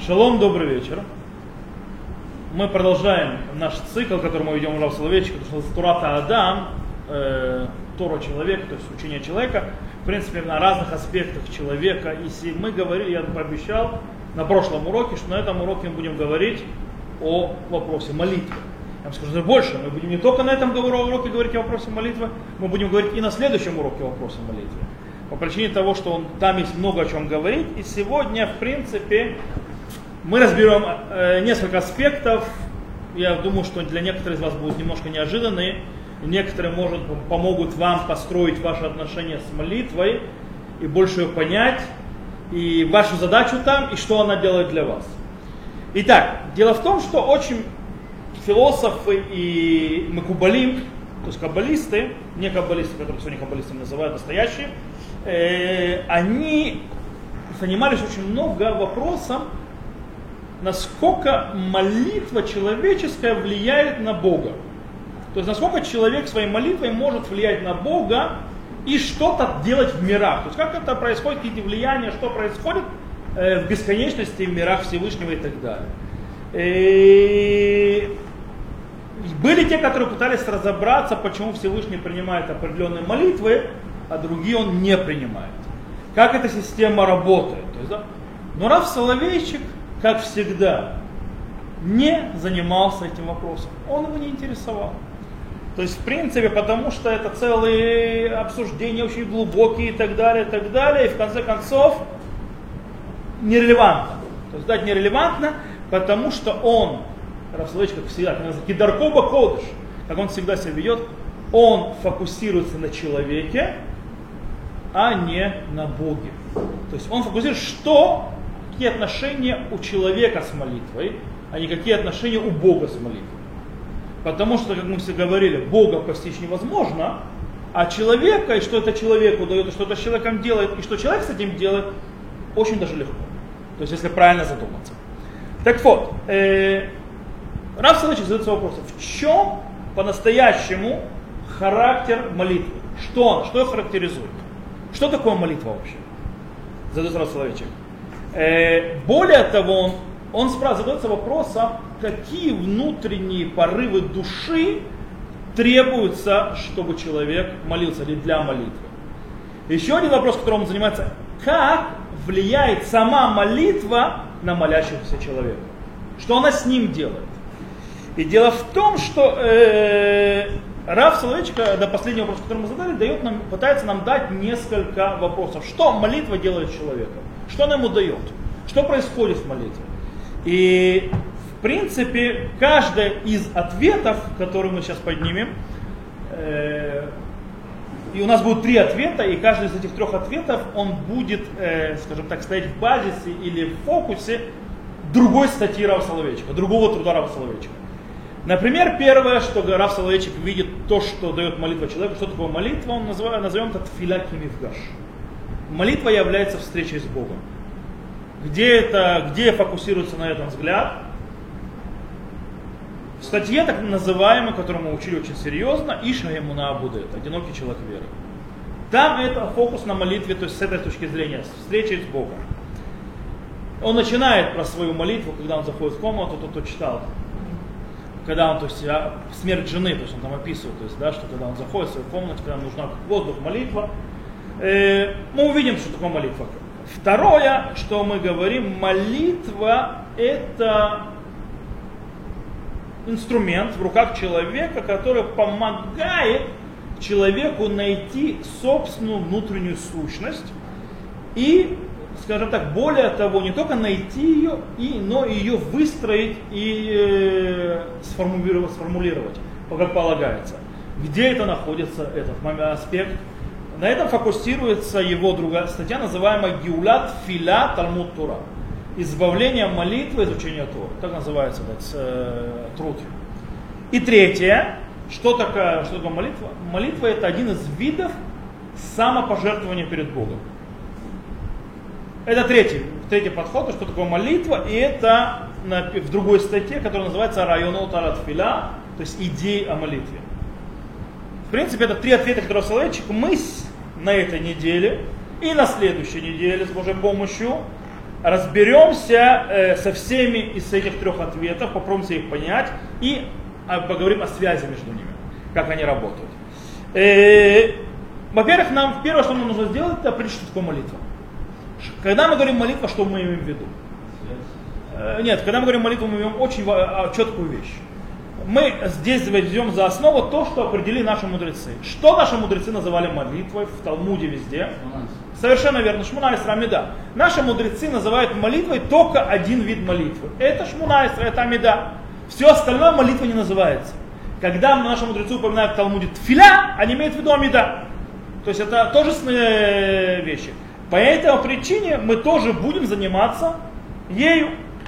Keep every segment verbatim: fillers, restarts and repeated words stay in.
Шалом, добрый вечер. Мы продолжаем наш цикл, который мы ведем в Рав Соловейчик, это Турата Адам, э, Тора человека, то есть учение человека, в принципе, на разных аспектах человека. И мы говорили, я пообещал на прошлом уроке, что на этом уроке мы будем говорить о вопросе молитвы. Я вам скажу больше, мы будем не только на этом уроке говорить о вопросе молитвы, мы будем говорить и на следующем уроке о вопросе молитвы. По причине того, что он, там есть много о чем говорить. И сегодня, в принципе, мы разберем э, несколько аспектов. Я думаю, что для некоторых из вас будут немножко неожиданные. Некоторые, может, помогут вам построить ваши отношения с молитвой и больше ее понять, и вашу задачу там, и что она делает для вас. Итак, дело в том, что очень философы и макубалим, то есть каббалисты, не каббалисты, которые сегодня каббалистами называют, настоящие, э, они занимались очень много вопросом, насколько молитва человеческая влияет на Бога. То есть насколько человек своей молитвой может влиять на Бога и что-то делать в мирах. То есть как это происходит, какие влияния, что происходит э, в бесконечности, в мирах Всевышнего и так далее. И были те, которые пытались разобраться, почему Всевышний принимает определенные молитвы, а другие он не принимает. Как эта система работает. То есть, да? Но Рав Соловейчик, как всегда, не занимался этим вопросом. Он его не интересовал. То есть, в принципе, потому что это целые обсуждения очень глубокие и так далее, и так далее. И в конце концов, нерелевантно. То есть, да, нерелевантно, потому что он, Рав Соловейчик, как всегда, кидаркоба кодыш, как он всегда себя ведет, он фокусируется на человеке, а не на Боге. То есть, он фокусируется, что... какие отношения у человека с молитвой, а не какие отношения у Бога с молитвой. Потому что, как мы все говорили, Бога постичь невозможно, а человека, и что это человеку дает, и что это с человеком делает, и что человек с этим делает, очень даже легко. То есть, если правильно задуматься. Так вот, э, Рав Соловейчик задается вопросом, в чем по-настоящему характер молитвы? Что он, что ее характеризует? Что такое молитва вообще? Задается Рав Соловейчик. Более того, он, он задается вопросом, какие внутренние порывы души требуются, чтобы человек молился, или для молитвы. Еще один вопрос, которым он занимается, как влияет сама молитва на молящегося человека. Что она с ним делает. И дело в том, что э, Рав Соловейчик, до последнего вопроса, который мы задали, дает нам, пытается нам дать несколько вопросов. Что молитва делает с человеком? Что она ему дает? Что происходит в молитве? И, в принципе, каждый из ответов, которые мы сейчас поднимем, э, и у нас будут три ответа, и каждый из этих трех ответов, он будет, э, скажем так, стоять в базисе или в фокусе другой статьи Рава Соловейчика, другого труда Рава Соловейчика. Например, первое, что Рав Соловейчик видит, то, что дает молитва человеку, что такое молитва, он называет, назовем это тфиля кимифгаш. Молитва является встречей с Богом. Где это, где фокусируется на этом взгляд? В статье так называемой, которую мы учили очень серьезно, Иша Эмуна Абудет, одинокий человек веры. Там это фокус на молитве, то есть с этой точки зрения, встречей с Богом. Он начинает про свою молитву, когда он заходит в комнату, тот, кто читал. Когда он, то есть, смерть жены, то есть он там описывает, то есть, да, что когда он заходит в свою комнату, когда нужна воздух, молитва, э, мы увидим, что такое молитва. Второе, что мы говорим, молитва это инструмент в руках человека, который помогает человеку найти собственную внутреннюю сущность и, скажем так, более того, не только найти ее, и, но и ее выстроить и э, сформулировать, сформулировать, как полагается. Где это находится, этот аспект? На этом фокусируется его другая статья, называемая Геулат Филя Талмуд Тора. Избавление молитвы, изучение Торы. Так называется этот э, труд. И третье, что такое, что такое молитва? Молитва это один из видов самопожертвования перед Богом. Это третий, третий подход, что такое молитва, и это на, в другой статье, которая называется Районот Арат Филя, то есть идеи о молитве. В принципе, это три ответа, которые Соловейчик мы на этой неделе и на следующей неделе с Божьей помощью разберемся э, со всеми из этих трех ответов, попробуем их понять и э, поговорим о связи между ними, как они работают. Э, во-первых, нам первое, что нам нужно сделать, это определить, что такое молитва. Когда мы говорим молитва, что мы имеем в виду? Э, нет, когда мы говорим молитву, мы имеем очень э, четкую вещь. Мы здесь возьмем за основу то, что определили наши мудрецы. Что наши мудрецы называли молитвой в Талмуде везде? Совершенно верно, Шмуна Исра Амида. Наши мудрецы называют молитвой только один вид молитвы. Это Шмуна Исра, это Амида. Все остальное молитва не называется. Когда наши мудрецы упоминают в Талмуде тфиля, они имеют в виду Амида. То есть это тоже вещи. По этой причине мы тоже будем заниматься ею.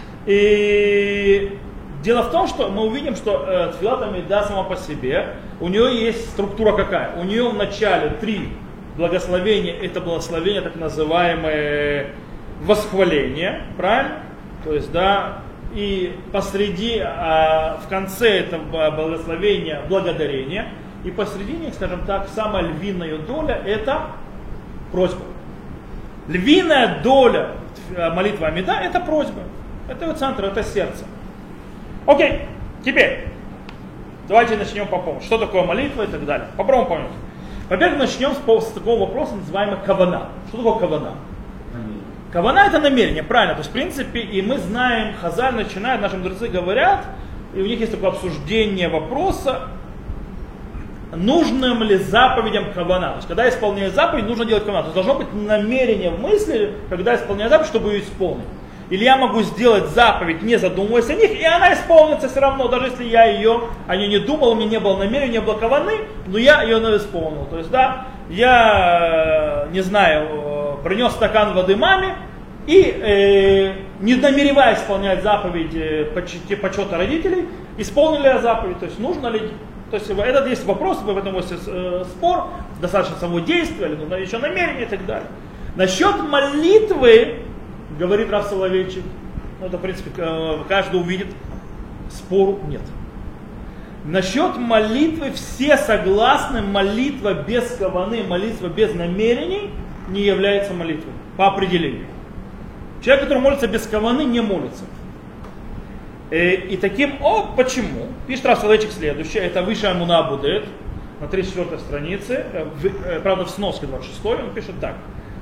И дело в том, что мы увидим, что э, тфилат Амида сама по себе, у нее есть структура какая? У нее в начале три благословения, это благословение так называемое восхваление, правильно? То есть, да, и посреди, а, в конце этого благословения благодарение, и посредине, скажем так, самая львиная доля это просьба. Львиная доля молитвы Амида это просьба. Это его центр, это сердце. Окей, теперь давайте начнем по полу. Что такое молитва и так далее. Попробуем помнить. Во-первых, начнем с, с такого вопроса, называемого кавана. Что такое кавана? Кавана это намерение, правильно. То есть, в принципе, и мы знаем, Хазаль начинает, наши мудрецы говорят, и у них есть такое обсуждение вопроса, нужным ли заповедям кавана. То есть, когда исполняешь заповедь, нужно делать кавана. То есть, должно быть намерение в мысли, когда исполняешь заповедь, чтобы ее исполнить. Или я могу сделать заповедь, не задумываясь о них, и она исполнится все равно, даже если я ее о ней не думал, у меня не было намерения, не было каваны, но я ее исполнил. То есть, да, я, не знаю, принес стакан воды маме и, э, не намереваясь исполнять заповедь э, почти почета родителей, исполнили я заповедь. То есть, нужно ли, то есть, этот есть вопрос, в этом есть э, спор, достаточно самого действия, или нужно еще намерение и так далее. Насчет молитвы, говорит Рав Соловейчик, ну это в принципе каждый увидит, спору нет. Насчет молитвы все согласны, молитва без каваны, молитва без намерений не является молитвой по определению. Человек, который молится без каваны, не молится. И, и таким, о, почему? Пишет Рав Соловейчик следующее, это выше Амуна Абудет, на тридцать четвёртой странице, в, правда в сноске двадцать шестой, он пишет так.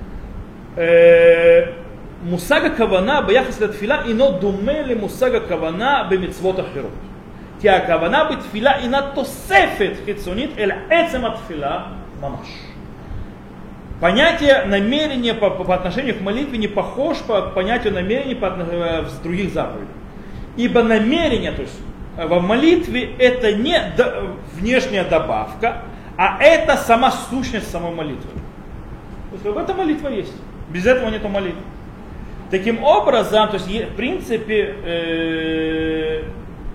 Мусага кавана бияхас летфила ино думе ле мусага кавана бемицвот ахирот. Ки הכוונה בתפילה אינה תוספת חיצונית, אלא עצם התפילה ממש. Понятие намерения по, по, по отношению к молитве не похож по понятию намерения по, в других заповедях. Ибо намерение, то есть в молитве это не до, внешняя добавка, а это сама сущность самой молитвы. То есть в этом молитва есть. Без этого нету молитвы. Таким образом, то есть в принципе, э,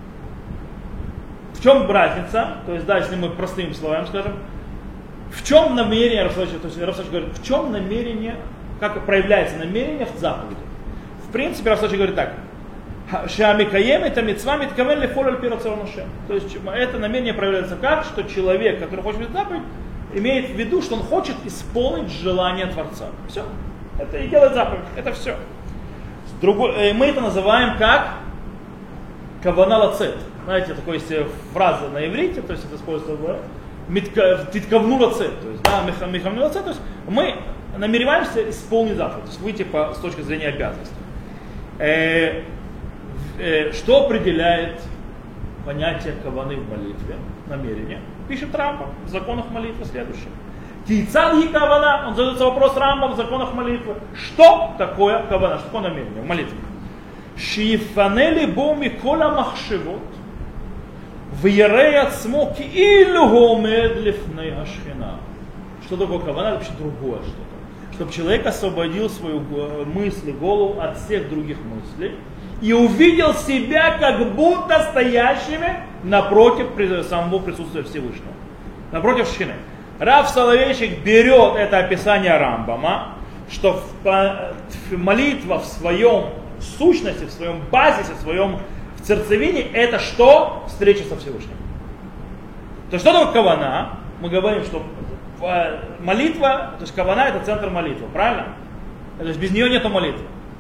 в чем разница? То есть, да, если мы простыми словами скажем, в чем намерение, Рафсович, то есть Рафсович говорит, в чем намерение, как проявляется намерение в заповеди? В принципе, Рафсович говорит так, Шамикаем это митцва миткавен лефоль аль пи рацон Ашем. То есть это намерение проявляется как, что человек, который хочет быть заповедь, имеет в виду, что он хочет исполнить желание Творца. Все. Это и делает заповедь. Это все. Другой, мы это называем как кавана лацет. Знаете, такой есть фраза на иврите, то есть это используется титкавну лацет. То есть, да, михавну лацет, то есть мы намереваемся исполнить заповедь, то есть выйти по, с точки зрения обязанностей. Э, э, что определяет понятие каваны в молитве, намерение? Пишет Рамбам в законах молитвы следующее. Кейцад и кавана, он задается вопрос Рамбам в законах молитвы. Что такое кавана, что такое намерение в молитве? Шифанели боми кола махшевот, вьерей ацмо киилу гомед лифней ашхина. Что такое кавана? Это вообще другое что-то. Чтобы человек освободил свою мысль, голову от всех других мыслей и увидел себя как будто стоящими напротив самого присутствия Всевышнего. Напротив шхины. Рав Соловейчик берет это описание Рамбама, что молитва в своем сущности, в своем базисе, в своем в сердцевине, это что? Встреча со Всевышним. То есть что такое кавана? Мы говорим, что молитва, то есть кавана это центр молитвы, правильно? То есть без нее нету молитвы.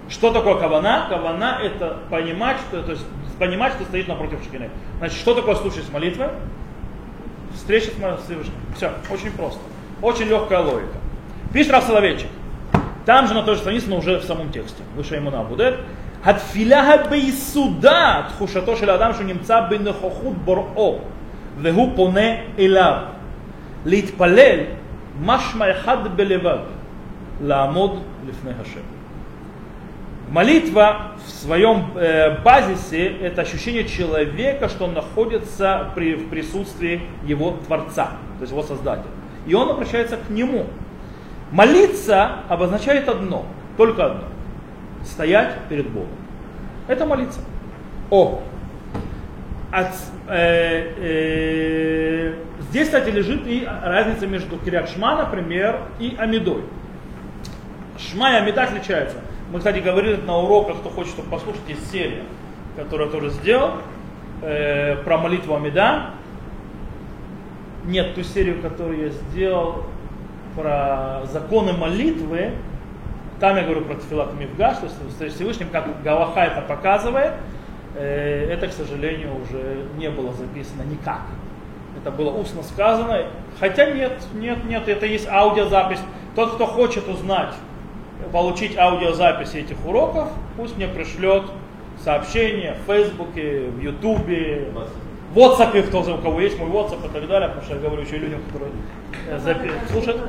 Что такое кавана? Кавана это понимать, что, то есть понимать, что стоит напротив шхины. Значит, что такое слушать молитвы? Встреча с Всевышним. Все, очень просто. Очень легкая логика. Пишет Рав Соловейчик. Там же на той же странице, но уже в самом тексте. Выше ему будет. Хатфиляха бейсуда тхушато шел адам шу немца бенохохут боро вегу поне элав литпалел машма эхад белевад ламод лифней Хашем. Молитва в своем э, базисе это ощущение человека, что он находится при, в присутствии его Творца, то есть его Создателя. И он обращается к нему. Молиться обозначает одно, только одно. Стоять перед Богом. Это молиться. О! От, э, э, здесь, кстати, лежит и разница между Кирьят Шма, например, и Амидой. Шма и Амида отличаются. Мы, кстати, говорили на уроках, кто хочет послушать, есть серия, которую я тоже сделал, э, про молитву Амида. Нет, ту серию, которую я сделал про законы молитвы, там я говорю про Тфилат Мифгаш, то есть встреча с Всевышним, как Галаха это показывает, э, это, к сожалению, уже не было записано никак. Это было устно сказано, хотя нет, нет, нет, это есть аудиозапись. Тот, кто хочет узнать, получить аудиозаписи этих уроков, пусть мне пришлет сообщение в Фейсбуке, в Ютубе, в WhatsApp, кто, у кого есть мой WhatsApp и так далее, потому что я говорю еще людям, которые э, запи- слушают.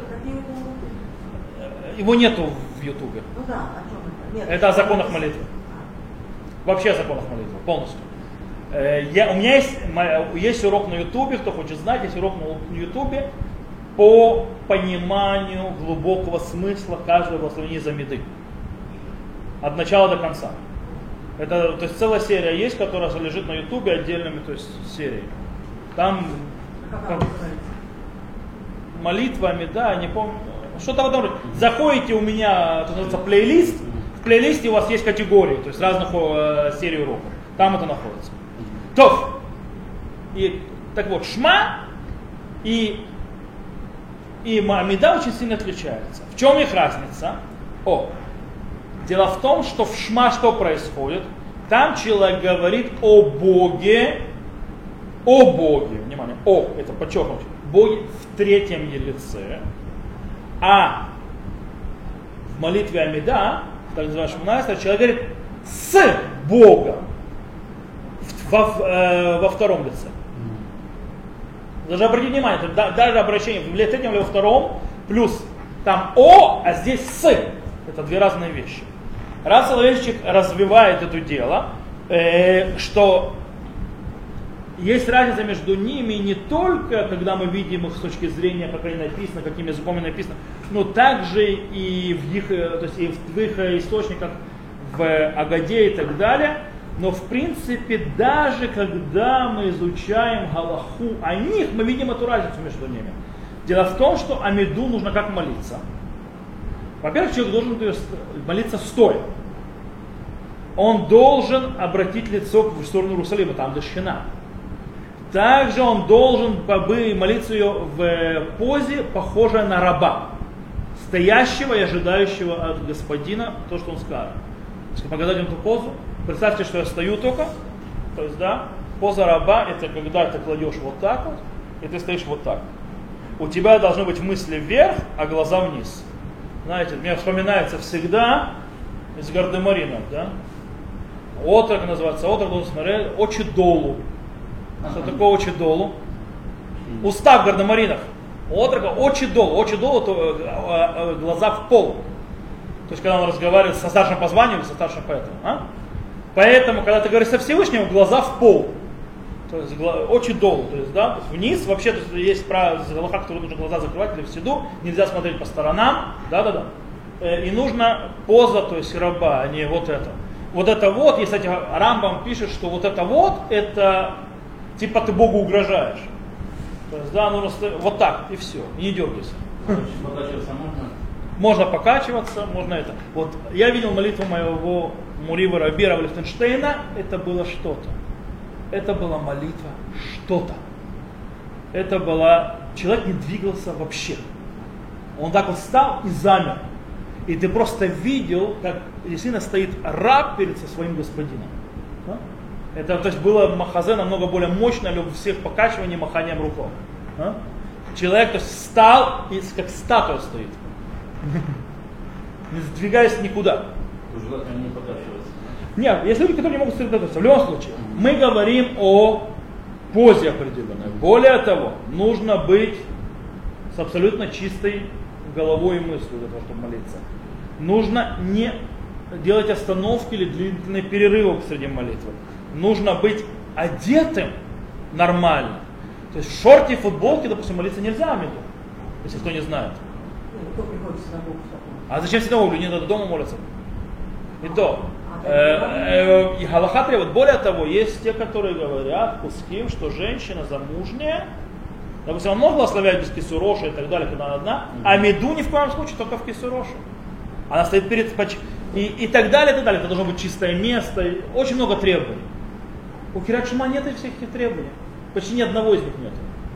Его нету в Ютубе. Ну да, о чем это? Нет, это о законах молитвы. Вообще о законах молитвы, полностью. Э, я, у меня есть, есть урок на Ютубе, кто хочет знать, есть урок на Ютубе по пониманию глубокого смысла каждого благословения Амиды. От начала до конца. Это, то есть целая серия есть, которая лежит на Ютубе отдельными, то есть серией. Там как, молитва Амида, не помню, что-то в этом роде. Заходите у меня, это называется плейлист, в плейлисте у вас есть категории, то есть разных э, серий уроков. Там это находится. То, и так вот, Шма и и Амида очень сильно отличаются. В чем их разница? О, дело в том, что в Шма что происходит? Там человек говорит о Боге, о Боге, внимание, о, это подчеркнуть, Боге в третьем лице, а в молитве Амида, так называемый Шмонайстер, человек говорит с Богом во, э, во втором лице. Даже обратите внимание, это даже обращение в третьем или во втором, плюс там о, а здесь с. Это две разные вещи. Рав Соловейчик развивает это дело, э, что есть разница между ними не только, когда мы видим их с точки зрения, как они написаны, какими языками написано, но также и в их, то есть и в их источниках, в Агаде и так далее. Но в принципе, даже когда мы изучаем Галаху о них, мы видим эту разницу между ними. Дело в том, что Амиду нужно как молиться. Во-первых, человек должен молиться стоя. Он должен обратить лицо в сторону Иерусалима, там до Шхина. Также он должен молиться ее в позе, похожей на раба, стоящего и ожидающего от господина то, что он скажет. Если показать ему эту позу, представьте, что я стою только, то есть, да, поза раба, это когда ты кладешь вот так вот, и ты стоишь вот так. У тебя должны быть мысли вверх, а глаза вниз. Знаете, мне вспоминается всегда из Гардемаринов, да, отрок называется, отрок должен смотреть, очи долу. Что такое очи долу? Устав Гардемаринов. Отрока очи долу, очи долу, то глаза в пол. То есть, когда он разговаривает со старшим по званию или со старшим по этому. А? Поэтому, когда ты говоришь со Всевышним, глаза в пол. То есть, очи долу. То есть, да, то есть вниз. Вообще, то есть, есть правило, галаха, который нужно глаза закрывать или в седу. Нельзя смотреть по сторонам. Да-да-да. И нужно поза, то есть раба, а не вот это. Вот это вот, если кстати, Рамбам пишет, что вот это вот, это типа ты Богу угрожаешь. То есть, да, нужно вот так, и все, и не дергайся. Покачиваться можно? Можно покачиваться, можно это. Вот я видел молитву моего Мурива Рабира Лихтенштейна, это было что-то. Это была молитва что-то. Это была, человек не двигался вообще. Он так вот встал и замер. и ты просто видел, как действительно стоит раб перед своим господином. Да? Это, то есть, было махазе намного более мощное, у всех покачиваний, маханием рукой. Да? Человек, то есть, встал и как статуя стоит, не сдвигаясь никуда. Желательно не покачиваться. Нет, есть люди, которые не могут сосредоточиться. В любом случае, мы говорим о позе определенной. Более того, нужно быть с абсолютно чистой головой и мыслью для того, чтобы молиться. Нужно не делать остановки или длительные перерывы среди молитвы. Нужно быть одетым нормально. То есть в шорте и футболке, допустим, молиться нельзя, амиду, если кто не знает. Кто приходит в синагогу? А зачем в синагогу? Люди надо дома молиться. И то. И галаха требует. Более того, есть те, которые говорят пуским, что женщина замужняя, допустим, она может благословлять без кисуроша и так далее, когда она одна, а меду ни в коем случае только в кисуроше. Она стоит перед и, и так далее, и так далее. Это должно быть чистое место. Очень много требований. У Кират Шма нет всех этих требований. Почти ни одного из них нет.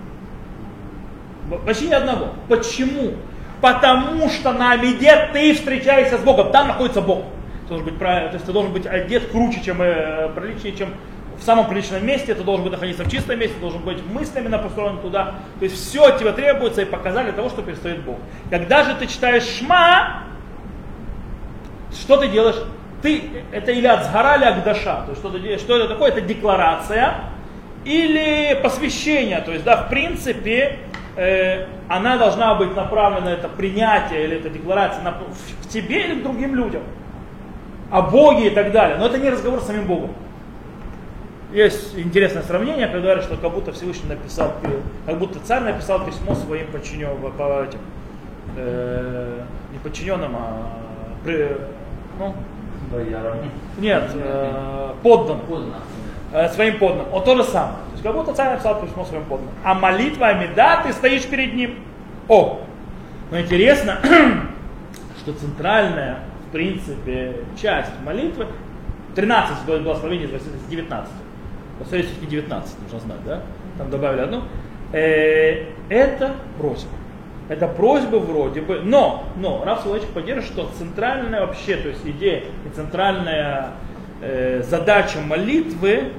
Почти ни одного. Почему? Потому что на Амиде ты встречаешься с Богом. Там находится Бог. Ты должен быть, то есть ты должен быть одет круче, чем э, приличнее, чем в самом приличном месте. Ты должен быть находиться в чистом месте, ты должен быть мыслями настроен туда. То есть все от тебя требуется и показали для того, что перестоит Бог. Когда же ты читаешь Шма, что ты делаешь? Ты, это или ацгара, или акдаша. То есть что, ты, что это такое? Это декларация или посвящение. То есть, да, в принципе, э, она должна быть направлена, это принятие или это декларация на, к тебе или к другим людям. О Боге и так далее. Но это не разговор с самим Богом. Есть интересное сравнение, когда говорят, что как будто Всевышний написал, как будто царь написал письмо своим подчиненным, по этим, э, не подчиненным, а при, ну, Боярам. нет, э, подданным. Э, своим подданным. Он то же самое. То есть как будто царь написал письмо своим подданным. А молитва Амида, ты стоишь перед ним. О! Но интересно, что центральная, в принципе, часть молитвы, тринадцать благословений из девятнадцати. Посмотрите, девятнадцать, нужно знать, да? Там добавили одну. Э, это просьба. Это просьбы вроде бы, но, но Рав Соловейчик поддерживает, что центральная вообще, то есть идея и центральная э, задача молитвы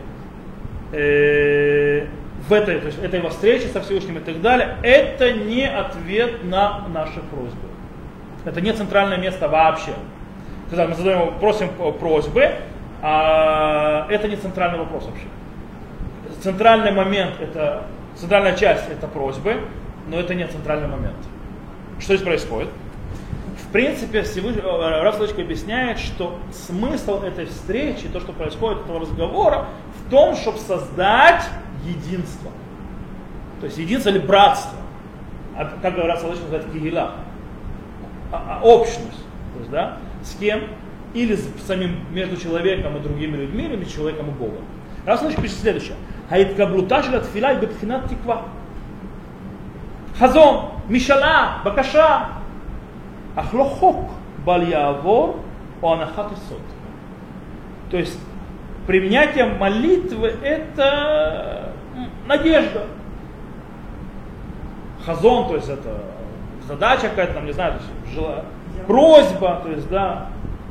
э, в этой, то есть этой его встрече со Всевышним и так далее, это не ответ на наши просьбы. Это не центральное место вообще. Когда мы задаем, просим просьбы, а это не центральный вопрос вообще. Центральный момент, это, центральная часть это просьбы, но это не центральный момент. Что здесь происходит? В принципе, Рав Соловейчик объясняет, что смысл этой встречи, то, что происходит, этого разговора, в том, чтобы создать единство. То есть единство или братство. Как Рав Соловейчик называет кигила. Общность. То есть, да, с кем? Или с самим между человеком и другими людьми, или между человеком и Богом. Рав Соловейчик пишет следующее. Хаиткаблута шел атфила бетхинат тиква. Хазон, мишала, бакаша. Ахлохок баль яавор о анахат исот. То есть принятие молитвы это надежда. Хазон, то есть это задача какая-то, там, не знаю, жела... просьба, то есть, да.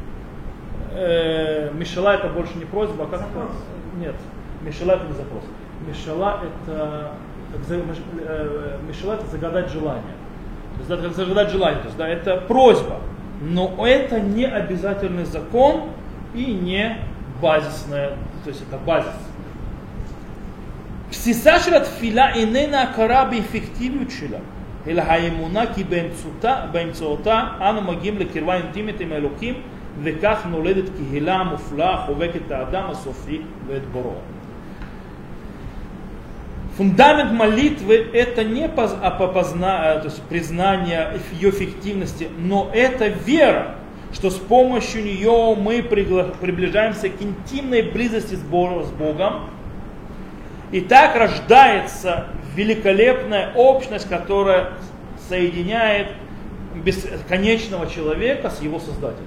Э, мишала это больше не просьба, а как это? Нет, мишала это не запрос. Мишала это, мишала это загадать желание. То есть, это загадать желание, то есть, да, это просьба. Но это не обязательный закон и не базисная, то есть это базис. בסיסה של התפילה איננה הכרה באפקטיביות שלה, אלא האמונה כי באמצעותה, באמצעותה אנו מגיעים לקרבה אינטימית עם האלוקים, וכך נולדת קהילה מופלאה חובקת את האדם הסופי ואת בוראו. Фундамент молитвы это не попозна, то есть признание ее эффективности, но это вера, что с помощью нее мы приближаемся к интимной близости с Богом. И так рождается великолепная общность, которая соединяет бесконечного человека с его Создателем.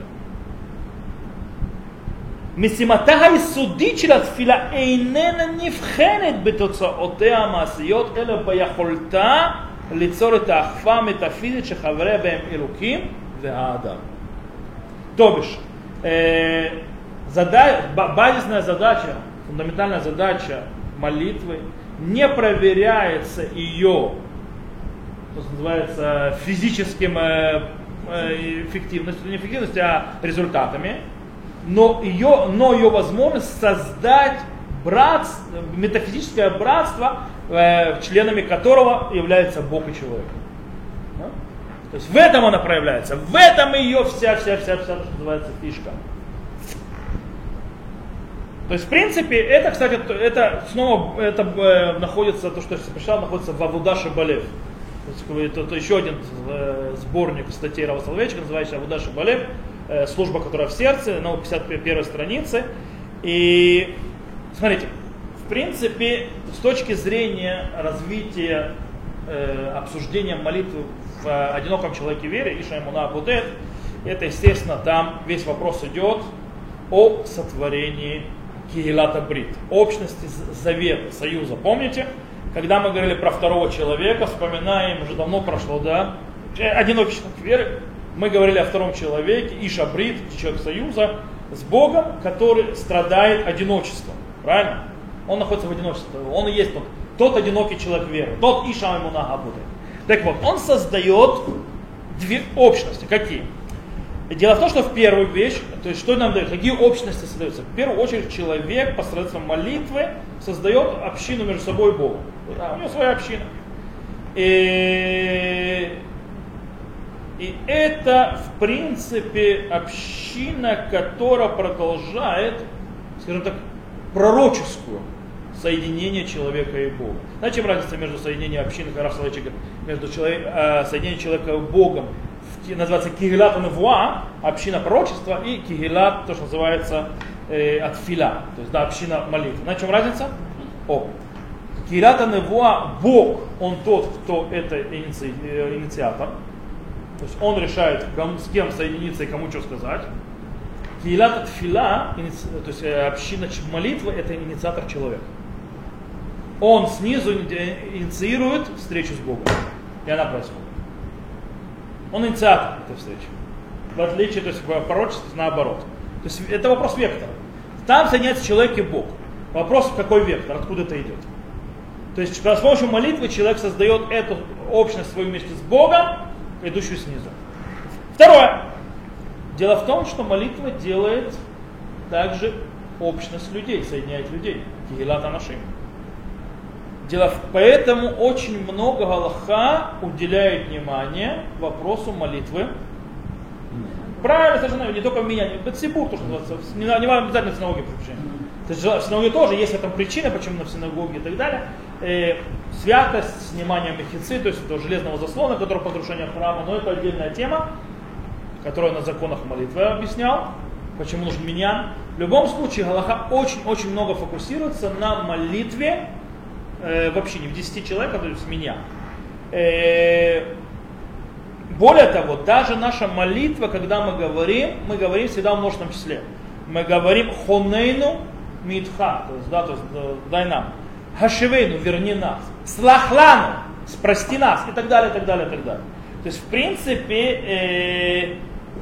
משימתה היסודית של התפילה איננה נבחנת בתוצאותיה המעשיות, אלא ביכולתה ליצור את האכיפה המטאפיזית שחבריה בהם אלוקים והאדם. То бишь, э, зада- базисная задача, фундаментальная задача молитвы не проверяется ее, что называется, физическим э, э, эффективностью, не эффективностью, а результатами, но ее, но ее возможность создать братство, метафизическое братство, э, членами которого является Бог и человек. Да? То есть в этом она проявляется, в этом ее вся, вся, вся, вся, что называется, фишка. То есть, в принципе, это, кстати, это снова это, э, находится, то, что я прочитал, находится в Авуда Шебалев. Это, это еще один э, сборник статей Рава Соловейчика, называющийся Авуда Шебалев, э, служба, которая в сердце, на пятьдесят первой странице. И смотрите, в принципе, с точки зрения развития э, обсуждения молитвы в э, одиноком человеке вере, Иша Эмуна Абудет, это, естественно, там весь вопрос идет о сотворении Кигилата Брит, общности завета, союза. Помните, когда мы говорили про второго человека, вспоминаем, уже давно прошло, да, одинокий человек веры, мы говорили о втором человеке, Иша Брит, человек союза, с Богом, который страдает одиночеством. Правильно? Он находится в одиночестве. Он и есть тот, тот одинокий человек веры, тот Иша Эмуна Абудет. Так вот, он создает две общности. Какие? Дело в том, что в первую вещь, то есть что нам дает, какие общности создаются? В первую очередь человек посредством молитвы создает общину между собой и Богом. Да, у него своя община. И, и это, в принципе, община, которая продолжает, скажем так, пророческую соединение человека и Бога. Знаете, чем разница между соединением общины, между человек, соединением человека и Богом? Называется Кигилат Невуа, община пророчества, и Кигилат, то, что называется э, от филя, то есть да, община молитвы. На чем разница? О. Кигилат Невуа, Бог, он тот, кто это иници, э, инициатор, то есть он решает, кому, с кем соединиться и кому что сказать. Кигилат от филя, иници, то есть э, община молитвы, это инициатор человека. Он снизу инициирует встречу с Богом, и она происходит. Он инициатор этой встречи. В отличие, то есть в пророчестве наоборот. То есть это вопрос вектора. Там соединяется человек и Бог. Вопрос, какой вектор, откуда это идет. То есть с помощью молитвы человек создает эту общность свою вместе с Богом, идущую снизу. Второе. Дело в том, что молитва делает также общность людей, соединяет людей. Кигилат Анашим. Дело в... Поэтому очень много галаха уделяет внимание вопросу молитвы. Правильно, совершенно, не только в меня, не в Бетсибур, то, что называется, не, не обязательно в синагоге причина. То есть в синагоге тоже есть в этом причина, почему на синагоге и так далее. Э, святость, снимание мехицы, то есть этого железного заслона, который под разрушением храма, но это отдельная тема, которую я на законах молитвы объяснял, почему нужен миньян. В любом случае, галаха очень-очень много фокусируется на молитве, вообще не в десяти человек, то есть меня. Более того, даже наша молитва, когда мы говорим, мы говорим всегда в множественном числе. Мы говорим хонейну митха, то есть, да, то есть дай нам. Хашивейну, верни нас. Слахлану, спрости нас, и так далее, и так далее, и так далее. То есть, в принципе, э,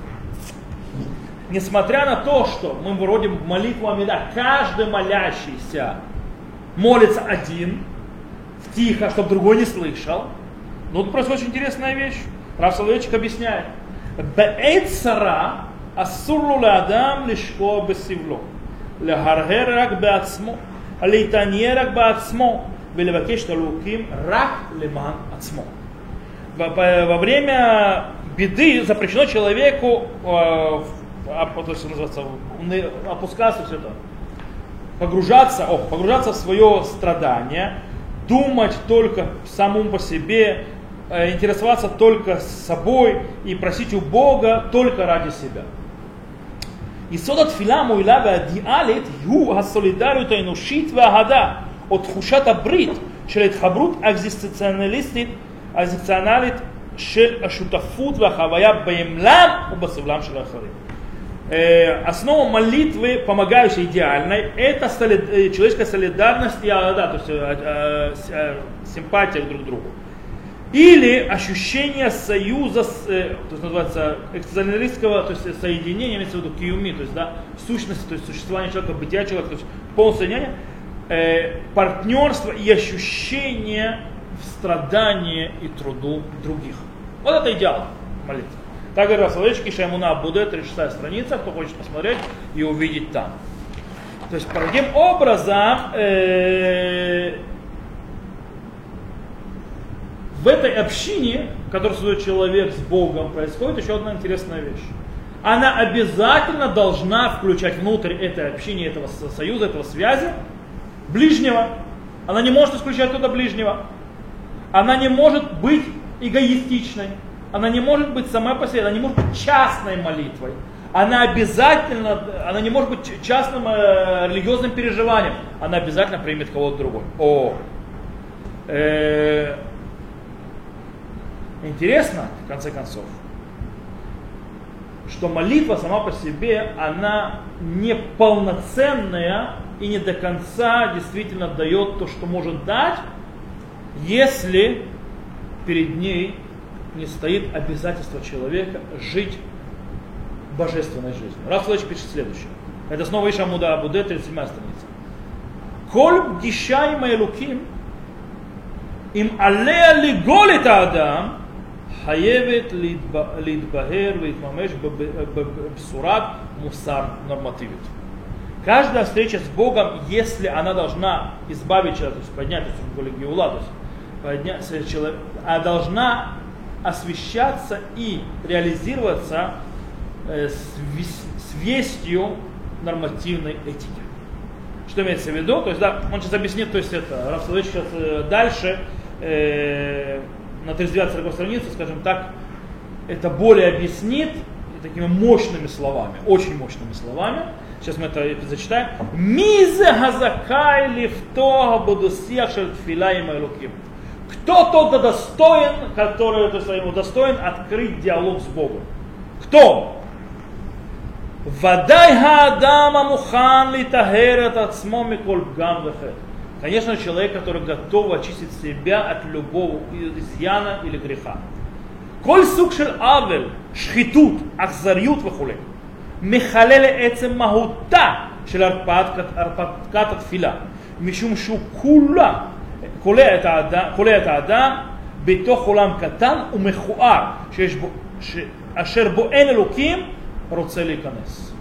несмотря на то, что мы вроде молитву Амида, каждый молящийся молится один, тихо, чтобы другой не слышал. Но тут происходит очень интересная вещь. Рав Соловейчик объясняет. Беэйт сара ассурлу леадам лишко бесивло. Лехаргер рак беацмо. Лейтанье рак беацмо. Велевакеш талуким рак леман ацмо. Во время беды запрещено человеку опускаться все это. Погружаться, о, погружаться в свое страдание, думать только самому по себе, э, интересоваться только собой и просить у Бога только ради себя. יסוד התפילה המועילה והאידיאלית הוא הסולידריות האנושית והאהדה, או תחושת הברית של ההתחברות האקזיסטנציאליסטית, האקזיסטנציאלית של השותפות והחוויה בימלם ובסבלם של האחרים. Основа молитвы, помогающей идеальной, это солид... человеческая солидарность и ада, то есть э, э, симпатия друг к другу. Или ощущение союза, с, э, то есть называется экзистенциалистского, то есть соединения, имеется в виду киюми, то есть да, сущности, то есть существование человека, бытия человека, то есть полное соединение, э, партнерство и ощущение в страдании и труду других. Вот это идеал молитвы. Так говорит Рафсоловейчик, Ишаймуна Буде, тридцать шестая страница, кто хочет посмотреть и увидеть там. То есть, таким образом, э, в этой общине, которую создает человек с Богом, происходит еще одна интересная вещь. Она обязательно должна включать внутрь этой общины, этого союза, этого связи, ближнего. Она не может исключать туда ближнего. Она не может быть эгоистичной. Она не может быть сама по себе, она не может быть частной молитвой. Она обязательно, она не может быть частным э, религиозным переживанием. Она обязательно примет кого-то другого. О, э, интересно, в конце концов, что молитва сама по себе, она не полноценная и не до конца действительно дает то, что может дать, если перед ней не стоит обязательство человека жить божественной жизнью. Рав Соловейчик пишет следующее. Это снова Ишаймуна Буде, тридцать седьмая страница. Коль пгиша им элуким, им алея лигол эт האדם, חייבת להתבהר ולהתממש בבשורת מוסר нормативит. Каждая встреча с Богом, если она должна избавить человека, то есть поднять, то есть геула, то есть поднять человека, она должна освещаться и реализовываться э, с, с вестью нормативной этики. Что имеется в виду? То есть, да, он сейчас объяснит, то есть это, Рав Соловейчик сейчас э, дальше, э, на тридцать девятой сороковой странице, скажем так, это более объяснит такими мощными словами, очень мощными словами. Сейчас мы это зачитаем. Мизе газакай лифтога будусиях шель тфила им элоким. Кто тот достоин, который то есть, ему достоин открыть диалог с Богом? Кто? Вадай хаадама мухан литахер эт ацмо миколь пгам вехет. Конечно, человек, который готов очистить себя от любого изъяна или греха. Коль сук шель авель, шхитут, ахзарют вехуле. מחלל עצם מהותה של הרפתקת התפילה, משום שהוא כולה כולא את האדם, כולא את האדם בתוך עולם קטן ומכוער, שיש בו, ש, אשר בו אין אלוקים, רוצה להיכנס.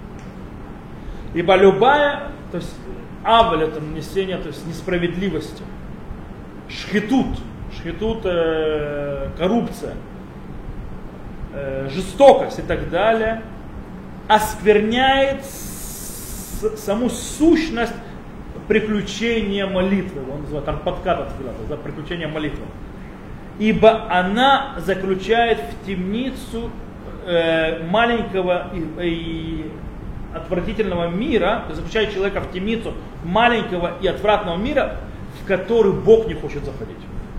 Ибо любая, то есть авель, это нанесение, то есть несправедливости, шхитут, шхитут, э, коррупция, э, жестокость и так далее, оскверняет саму сущность приключения молитвы. Он называет арпадкат атфила, то есть приключение молитвы. Ибо она заключает в темницу э, маленького и, и отвратительного мира, то есть заключает человека в темницу маленького и отвратного мира, в который Бог не хочет заходить.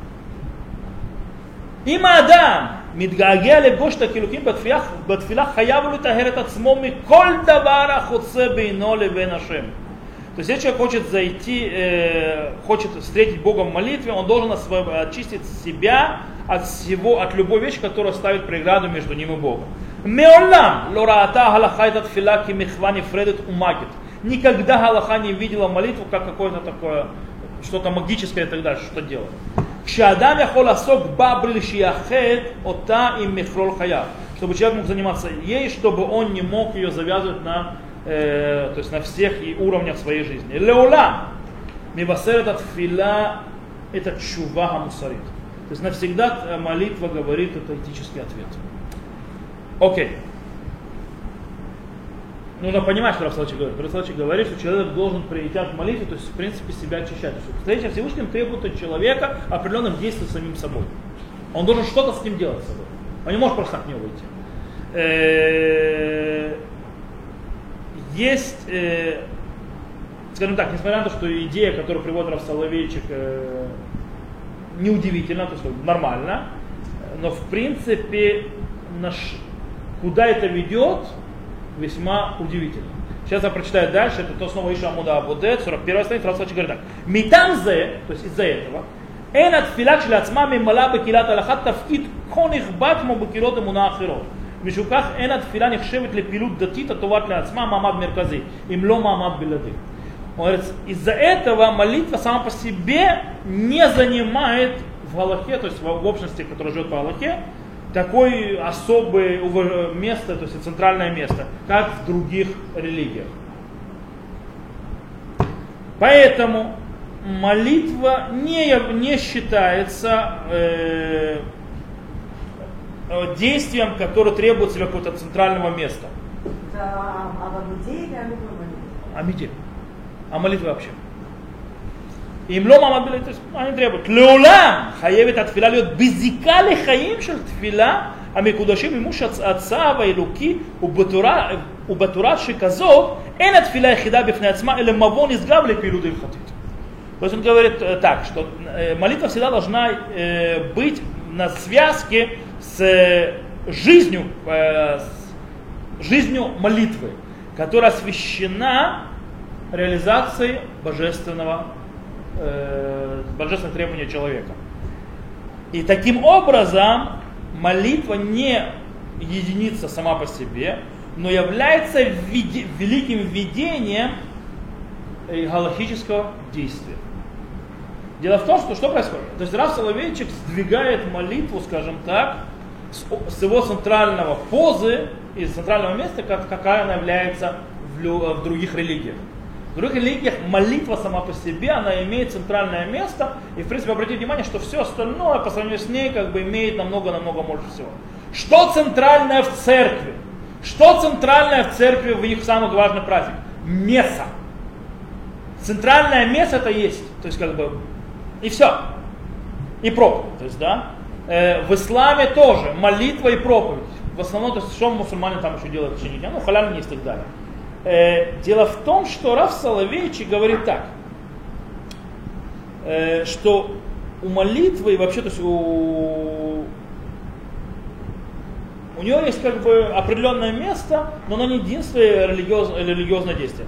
אם האדם מתגעגע לפגוש את הקילוקים בתפילה, חייב לו לטהר את עצמו מכל דבר החוצה בינו לבין השם. То есть, если человек хочет зайти, э, хочет встретить Бога в молитве, он должен очистить себя от всего, от любой вещи, которая ставит преграду между ним и Богом. מעולם לא ראתה ההלכה את התפילה כמחווה נפרדת ומאגית. Никогда галаха не видела молитву как какое-то такое, что-то магическое и так далее, что делать. כשאדם יכול לעסוק בה בלי שיאחד אותה עם מכלול חייו, чтобы человек мог заниматься ей, чтобы он не мог ее завязывать на, э, то есть на всех уровнях своей жизни. לעולם מבשרת התפילה את התשובה המוסרית. То есть навсегда молитва говорит это этический ответ. Окей. Нужно понимать, что Рав Соловейчик говорит. Рав Соловейчик говорит, что человек должен прийти в молитву, то есть в принципе себя очищать. Встреча с Всевышним требует от человека определенных действий с самим собой. Он должен что-то с ним делать с собой. Он не может просто от него выйти. Есть, скажем так, несмотря на то, что идея, которую приводит Рав Соловейчик, неудивительна, то есть нормально, но в принципе наш, куда это ведет, весьма удивительно. Сейчас я прочитаю дальше, это то снова Ишаймуна Буде, сорок первая страница, Рав Соловейчик говорит так. Митам зе, то есть из-за этого, אין התפילה כשלעצמה ממלאה בקהילת ההלכה תפקיד כה נכבד כמו בקהילות אמונה אחרות. משום כך אין התפילה נחשבת לפעילות датит הטובעת לעצמה מעמד меркази, им לא מעמד בלעדי. Из-за этого молитва сама по себе не занимает в галахе, то есть в общности, которая живет по галахе, такое особое место, то есть центральное место, как в других религиях. Поэтому молитва не, не считается э, действием, которое требует себе какого-то центрального места. А меди? А молитва вообще? Им ло мамад билей, то есть они требуют. Леулам хаевит от тфила льет безика лехаим шел тфила, а мекудашим ему отца вайлуки убатура шиказот, эн от тфила хида бифней ацма, или мавон изгав лепилуды им хотит. То есть он говорит так, что молитва всегда должна быть на связке с жизнью, с жизнью молитвы, которая освящена реализацией божественного, э, божественных требований человека. И таким образом молитва не единица сама по себе, но является види, великим видением галахического действия. Дело в том, что что происходит? То есть Рав Соловейчик сдвигает молитву, скажем так, с, с его центрального позы, из центрального места, как, какая она является в, в других религиях. В других религиях молитва сама по себе, она имеет центральное место, и в принципе обратите внимание, что все остальное по сравнению с ней как бы имеет намного-намного больше всего. Что центральное в церкви? Что центральное в церкви в их самый важный праздник? Месса. Центральное место это есть, то есть как бы и все. И проповедь, то есть да. Э, в исламе тоже молитва и проповедь. В основном, то есть что мусульмане там еще делают в течение дня, ну халяль есть и так далее. Дело в том, что Рав Соловейчик говорит так, что у молитвы, вообще, то есть у, у него есть как бы определенное место, но оно не единственное религиозное, религиозное действие.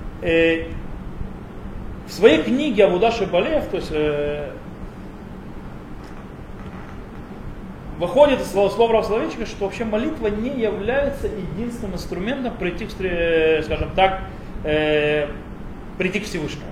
В своей книге Авуда Шебалев, то есть выходит из слова Рава Соловейчика, что вообще молитва не является единственным инструментом прийти, к, скажем так, э, прийти к Всевышнему.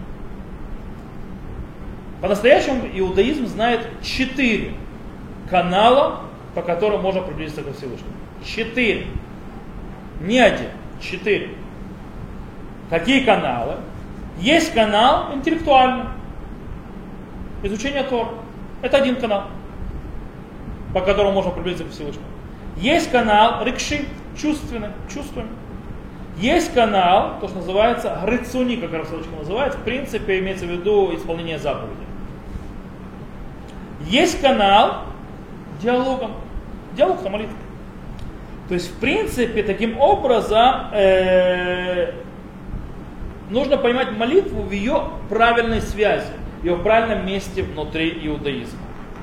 По-настоящему иудаизм знает четыре канала, по которым можно приблизиться к Всевышнему. Четыре. Не один. Четыре. Какие каналы? Есть канал интеллектуальный. Изучение Торы. Это один канал, по которому можно приблизиться к Всевышнему. Есть канал рикши, чувственный, чувственный. Есть канал, то, что называется грыцуни, как Рав Соловейчик называет, в принципе имеется в виду исполнение заповедей. Есть канал диалогом, диалог это молитва. То есть, в принципе, таким образом э, нужно понимать молитву в ее правильной связи, в ее правильном месте внутри иудаизма.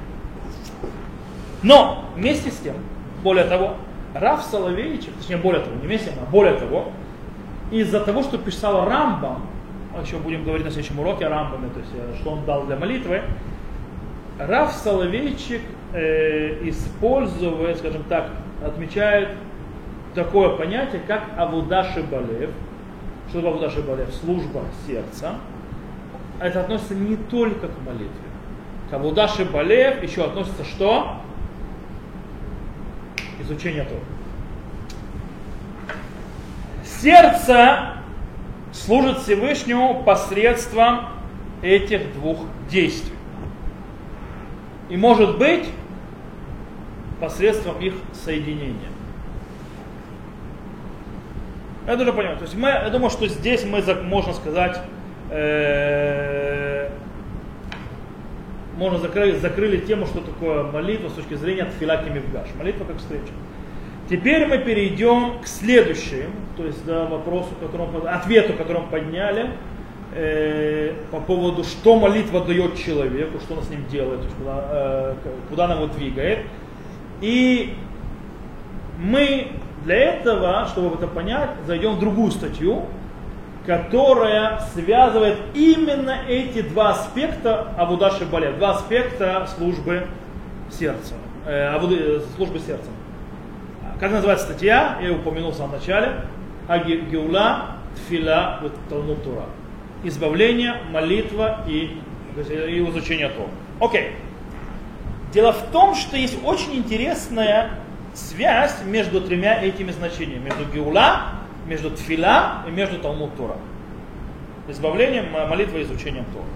Но вместе с тем, более того, Рав Соловейчик, точнее более того, не вместе, а более того, из-за того, что писал Рамбам, еще будем говорить на следующем уроке о Рамбаме, то есть что он дал для молитвы, Рав Соловейчик э, использует, скажем так, отмечает такое понятие, как Авуда Шебалев. Что такое Авуда Шебалев? Служба сердца. Это относится не только к молитве. К Авуда Шебалев еще относится что? Изучение Торы. Сердце служит Всевышнему посредством этих двух действий. И может быть посредством их соединения. Это уже понятно. То есть мы, я думаю, что здесь мы, можно сказать, э, можно закрыли, закрыли тему, что такое молитва с точки зрения тфила кемифгаш. Молитва как встреча. Теперь мы перейдем к следующему, то есть да, вопросу, которым, ответу, который мы подняли, э, по поводу, что молитва дает человеку, что она с ним делает, то есть куда, э, куда она его двигает. И мы для этого, чтобы это понять, зайдем в другую статью, которая связывает именно эти два аспекта Авуда Шебалев, два аспекта службы сердца, э, авуды, службы сердца. Как называется статья? Я упомянул в самом начале. Геула, Тфила, Талмуд Тора. Избавление, молитва и, и изучение Тора. Окей. Дело в том, что есть очень интересная связь между тремя этими значениями. Между Геула, между Тфила и между Талмуд Тора. Избавление, молитва и изучение Тора.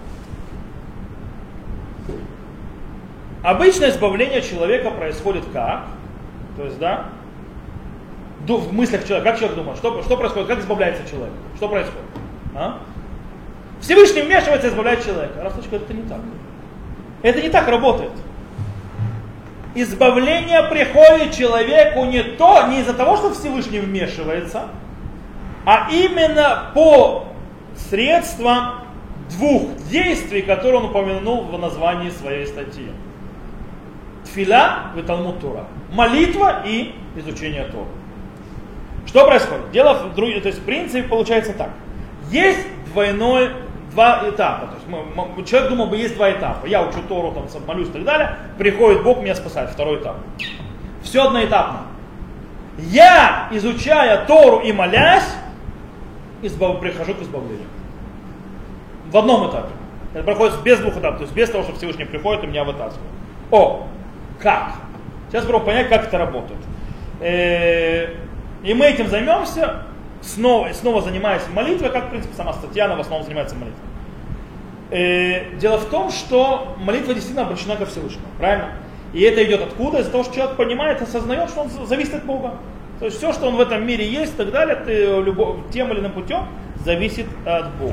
Обычно избавление человека происходит как? То есть, да, в мыслях человека, как человек думает, что, что происходит, как избавляется человек, что происходит? А? Всевышний вмешивается и избавляет человека. Раф говорит, это не так. Это не так работает. Избавление приходит человеку не, то, не из-за того, что Всевышний вмешивается, а именно по средствам двух действий, которые он упомянул в названии своей статьи. Тфила и Талмуд Тора. Молитва и изучение Торы. Что происходит? Дело в другом, то есть в принципе получается так. Есть двойной, два этапа. То есть мы, мы, человек думал бы, есть два этапа. Я учу Тору, там, молюсь и так далее. Приходит Бог, меня спасает. Второй этап. Все одноэтапно. Я, изучая Тору и молясь, избав... прихожу к избавлению. В одном этапе. Это проходит без двух этапов. То есть без того, что Всевышний приходит и меня вытаскивает. О, как? Сейчас попробуем понять, как это работает. И мы этим займемся, снова, снова занимаясь молитвой, как, в принципе, сама статья, она в основном занимается молитвой. Дело в том, что молитва действительно обращена ко Всевышнему, правильно? И это идет откуда? Из-за того, что человек понимает, осознает, что он зависит от Бога. То есть все, что он в этом мире есть и так далее, ты, любо, тем или иным путем зависит от Бога.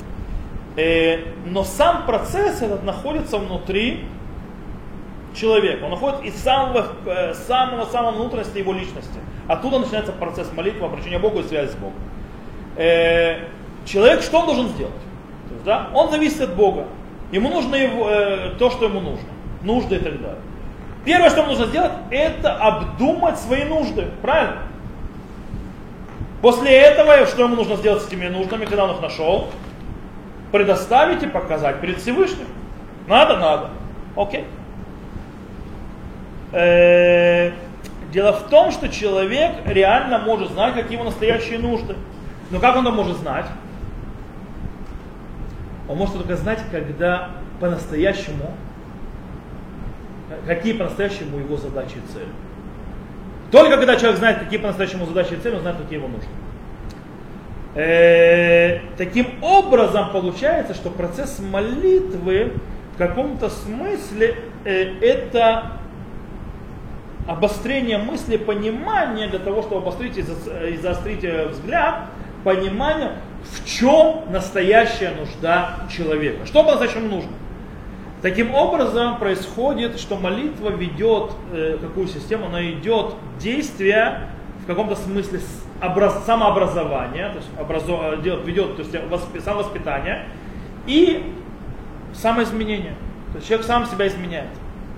Но сам процесс этот находится внутри человека. Он находится из самого, самого, самого внутренности его личности. Оттуда начинается процесс молитвы, обращения к Богу и связи с Богом. Э, человек, что он должен сделать? То есть, да, он зависит от Бога. Ему нужно его, э, то, что ему нужно. Нужды и так далее. Первое, что ему нужно сделать, это обдумать свои нужды. Правильно? После этого, что ему нужно сделать с этими нуждами, когда он их нашел? Предоставить и показать перед Всевышним. Надо? Надо. Окей. Э, дело в том, что человек реально может знать, какие его настоящие нужды. Но как он это может знать? Он может только знать, когда по-настоящему, какие по-настоящему его задачи и цели. Только когда человек знает, какие по-настоящему задачи и цели, он знает, какие его нужды. Э, таким образом получается, что процесс молитвы в каком-то смысле э, это обострение мысли, понимание для того, чтобы обострить и заострить взгляд, понимание, в чем настоящая нужда человека. Что по-настоящему нужно? Таким образом происходит, что молитва ведет, э, какую систему, она идет действие в каком-то смысле образ, самообразования, то есть образов, делает, ведет то есть, восп, самовоспитание и самоизменение. То есть человек сам себя изменяет.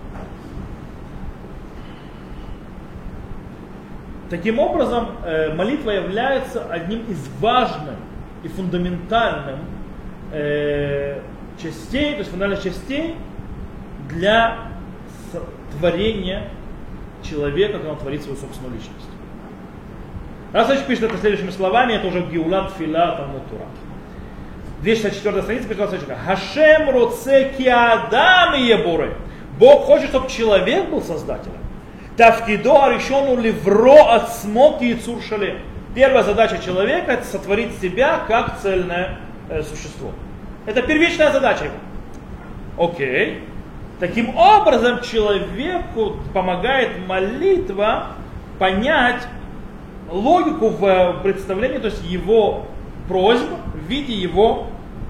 Таким образом, молитва является одним из важных и фундаментальных э, частей, то есть фундаментальных частей для творения человека, когда он творит свою собственную личность. Раф пишет это следующими словами, это уже Геула, Тфила, Талмуд Тора. двести шестьдесят четвёртая страница, пишет следующее. Хашем роце ки адам ебуры. Бог хочет, чтобы человек был создателем. Тавкидо аришону ливро от смоки и цуршале. Первая задача человека — это сотворить себя как цельное э, существо. Это первичная задача его. Окей. Таким образом, человеку помогает молитва понять логику в представлении, то есть его просьб в виде его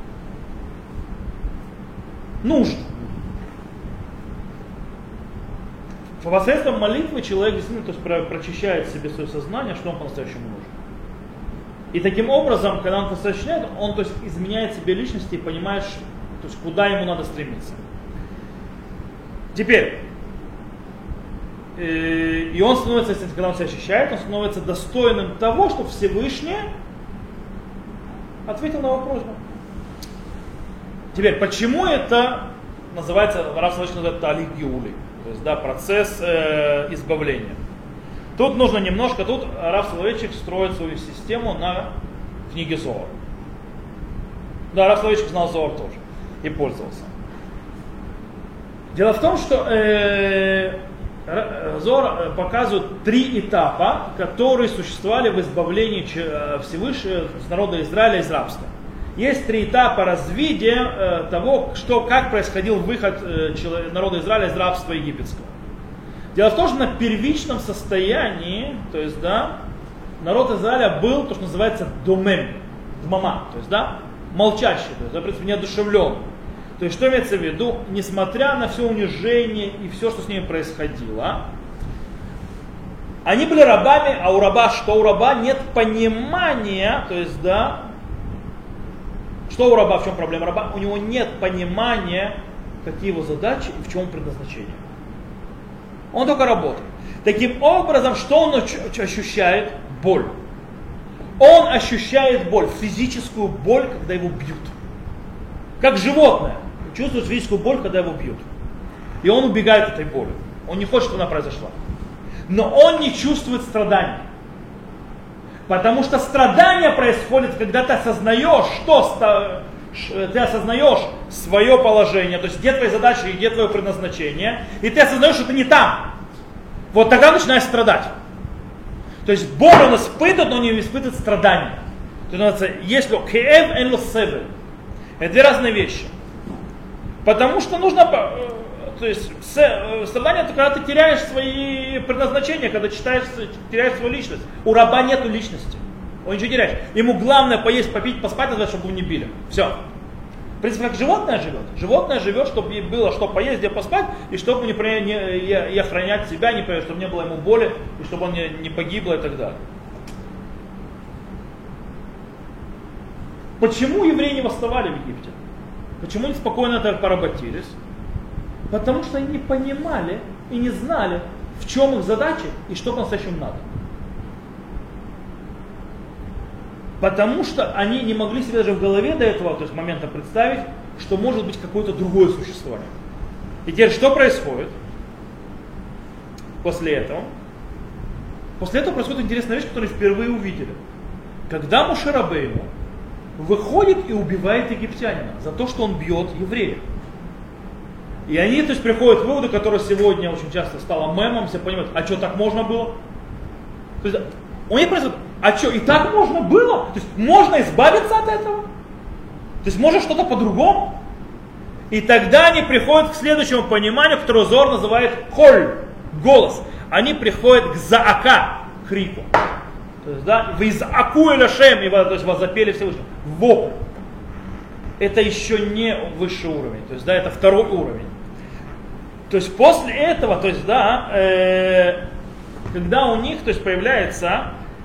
нужд. Посредством молитвы человек действительно то есть, прочищает себе свое сознание, что он по-настоящему нужен. И таким образом, когда он посвящает, он то есть, изменяет себе личности и понимает, то есть, куда ему надо стремиться. Теперь, э, и он становится, если когда он себя ощущает, он становится достойным того, чтобы Всевышний Ответил на его просьбу. Теперь, почему это называется, Рав Соловейчик называет талих геули, то есть да, процесс э, избавления. Тут нужно немножко, тут Рав Соловейчик строит свою систему на книге Зоар. Да, Рав Соловейчик знал Зоар тоже и пользовался. Дело в том, что э, Зоар показывает три этапа, которые существовали в избавлении Всевышнего с народа Израиля из рабства. Есть три этапа развития э, того, что, как происходил выход э, народа Израиля из рабства египетского. Дело в том, что на первичном состоянии, то есть, да, народ Израиля был то, что называется домем, дмама, то есть, да, молчащий, то есть, да, в принципе, неодушевленный. То есть, что имеется в виду? Несмотря на все унижение и все, что с ними происходило, они были рабами, а у раба что? У раба нет понимания, то есть, да, что у раба, в чем проблема раба? У него нет понимания, какие его задачи и в чем предназначение. Он только работает. Таким образом, что он ощущает? Боль. Он ощущает боль, физическую боль, когда его бьют. Как животное чувствует физическую боль, когда его бьют. И он убегает от этой боли. Он не хочет, чтобы она произошла. Но он не чувствует страданий. Потому что страдание происходит, когда ты осознаешь, что ты осознаешь свое положение, то есть где твои задачи и где твое предназначение, и ты осознаешь, что ты не там. Вот тогда начинаешь страдать. То есть боль он испытывает, но не испытывает страдания. То есть, если кеэв эн ло севель. Это две разные вещи. Потому что нужно, то есть страдание это когда ты теряешь свои предназначения, когда читаешь, теряешь свою личность. У раба нету личности. Он ничего не теряет. Ему главное поесть, попить, поспать, чтобы его не били. Все. В принципе, как животное живет. Животное живет, чтобы ей было что поесть, где поспать, и чтобы не, не, и охранять себя, не, чтобы не было ему боли, и чтобы он не, не погибло и так далее. Почему евреи не восставали в Египте? Почему они спокойно это поработились? Потому что они не понимали и не знали, в чем их задача и что по-настоящему надо. Потому что они не могли себе даже в голове до этого, то есть момента представить, что может быть какое-то другое существование. И теперь что происходит после этого? После этого происходит интересная вещь, которую впервые увидели. Когда Моше Рабейну выходит и убивает египтянина за то, что он бьет еврея. И они, то есть, приходят к выводу, который сегодня очень часто стало мемом, все понимают, а что, так можно было? То есть, у них происходит, а что, и так можно было? То есть, можно избавиться от этого? То есть, может что-то по-другому? И тогда они приходят к следующему пониманию, которое Зоар называет холь, голос. Они приходят к заака, крику. То есть, да, вы из аку эль Ашем, и то есть возопели Всевышнему. Вопль. Это еще не высший уровень. То есть, да, это второй уровень. То есть после этого, то есть, да, э, когда у них, то есть, появляется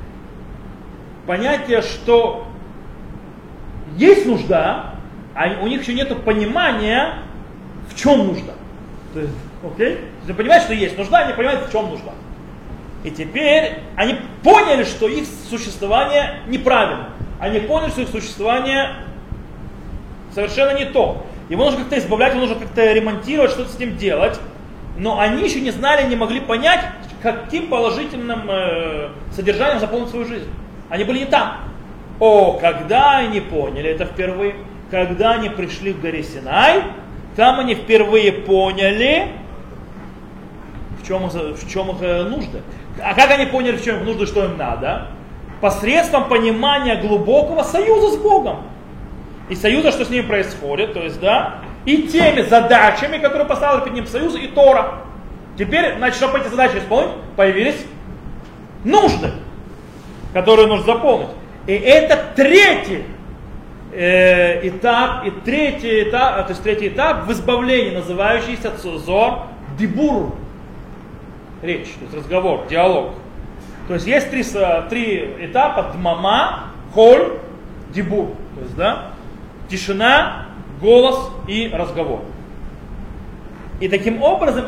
понятие, что есть нужда, а у них еще нет понимания, в чем нужда. То есть, окей? Они понимают, что есть нужда, они понимают, в чем нужда. И теперь они поняли, что их существование неправильно. Они поняли, что их существование совершенно не то. Его нужно как-то избавлять, его нужно как-то ремонтировать, что-то с этим делать. Но они еще не знали, не могли понять, каким положительным э, содержанием заполнить свою жизнь. Они были не там. О, когда они поняли это впервые, когда они пришли к горе Синай, там они впервые поняли, в чем, в чем их нужда. А как они поняли, в чем их нужда, что им надо? Посредством понимания глубокого союза с Богом. И союза, что с ним происходит, то есть, да, и теми задачами, которые поставили перед ним союз, и Тора. Теперь, значит, чтобы эти задачи исполнить, появились нужды, которые нужно заполнить. И это третий э, этап, и третий этап, то есть третий этап в избавлении, называющийся Зоар дибур. Речь, то есть разговор, диалог. То есть есть три, три этапа: дмама, холь, дибур. То есть, да, тишина, голос и разговор. И таким образом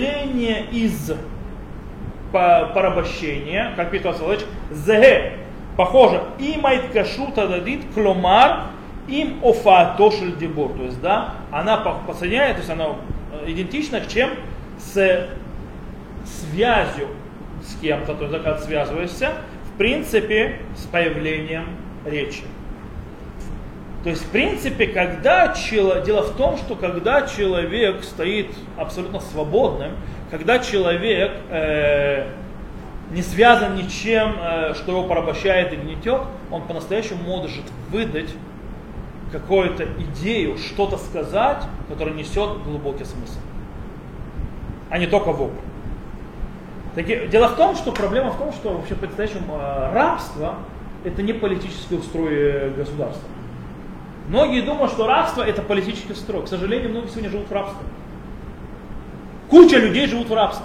избавление из порабощения, как пишет Соловейчик, зеге похоже, им айткашута дадит, кломар, им офаатошель дебор. То есть, да, она подсоединяет, то есть она идентична к чем? С связью с кем-то, то есть, когда ты связываешься, в принципе, с появлением речи. То есть, в принципе, когда чело... дело в том, что когда человек стоит абсолютно свободным, когда человек э, не связан ничем, э, что его порабощает и гнетет, он по-настоящему может выдать какую-то идею, что-то сказать, которое несет глубокий смысл, а не только вопль. Таки, дело в том, что проблема в том, что вообще по-настоящему э, рабство это не политический устрой государства. Многие думают, что рабство это политический строй. К сожалению, многие сегодня живут в рабстве. Куча людей живут в рабстве.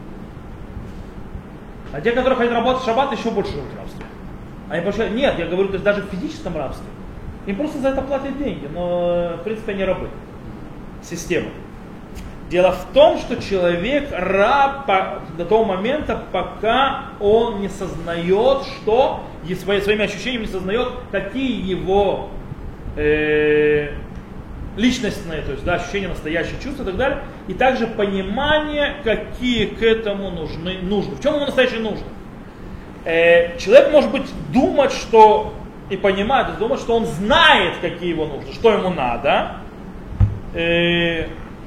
А те, которые хотят работать в шаббат, еще больше живут в рабстве. Они получают... Нет, я говорю, то есть даже в физическом рабстве. Им просто за это платят деньги, но в принципе они рабы. Система. Дело в том, что человек раб до того момента, пока он не сознает, что своими ощущениями не сознает, какие его э, личностные, то есть да, ощущения, настоящие чувства и так далее, и также понимание, какие к этому нужны, нужны. В чем ему настоящие нужны? Э, человек может быть думать, что и понимает, думать, что он знает, какие его нужны, что ему надо. Э,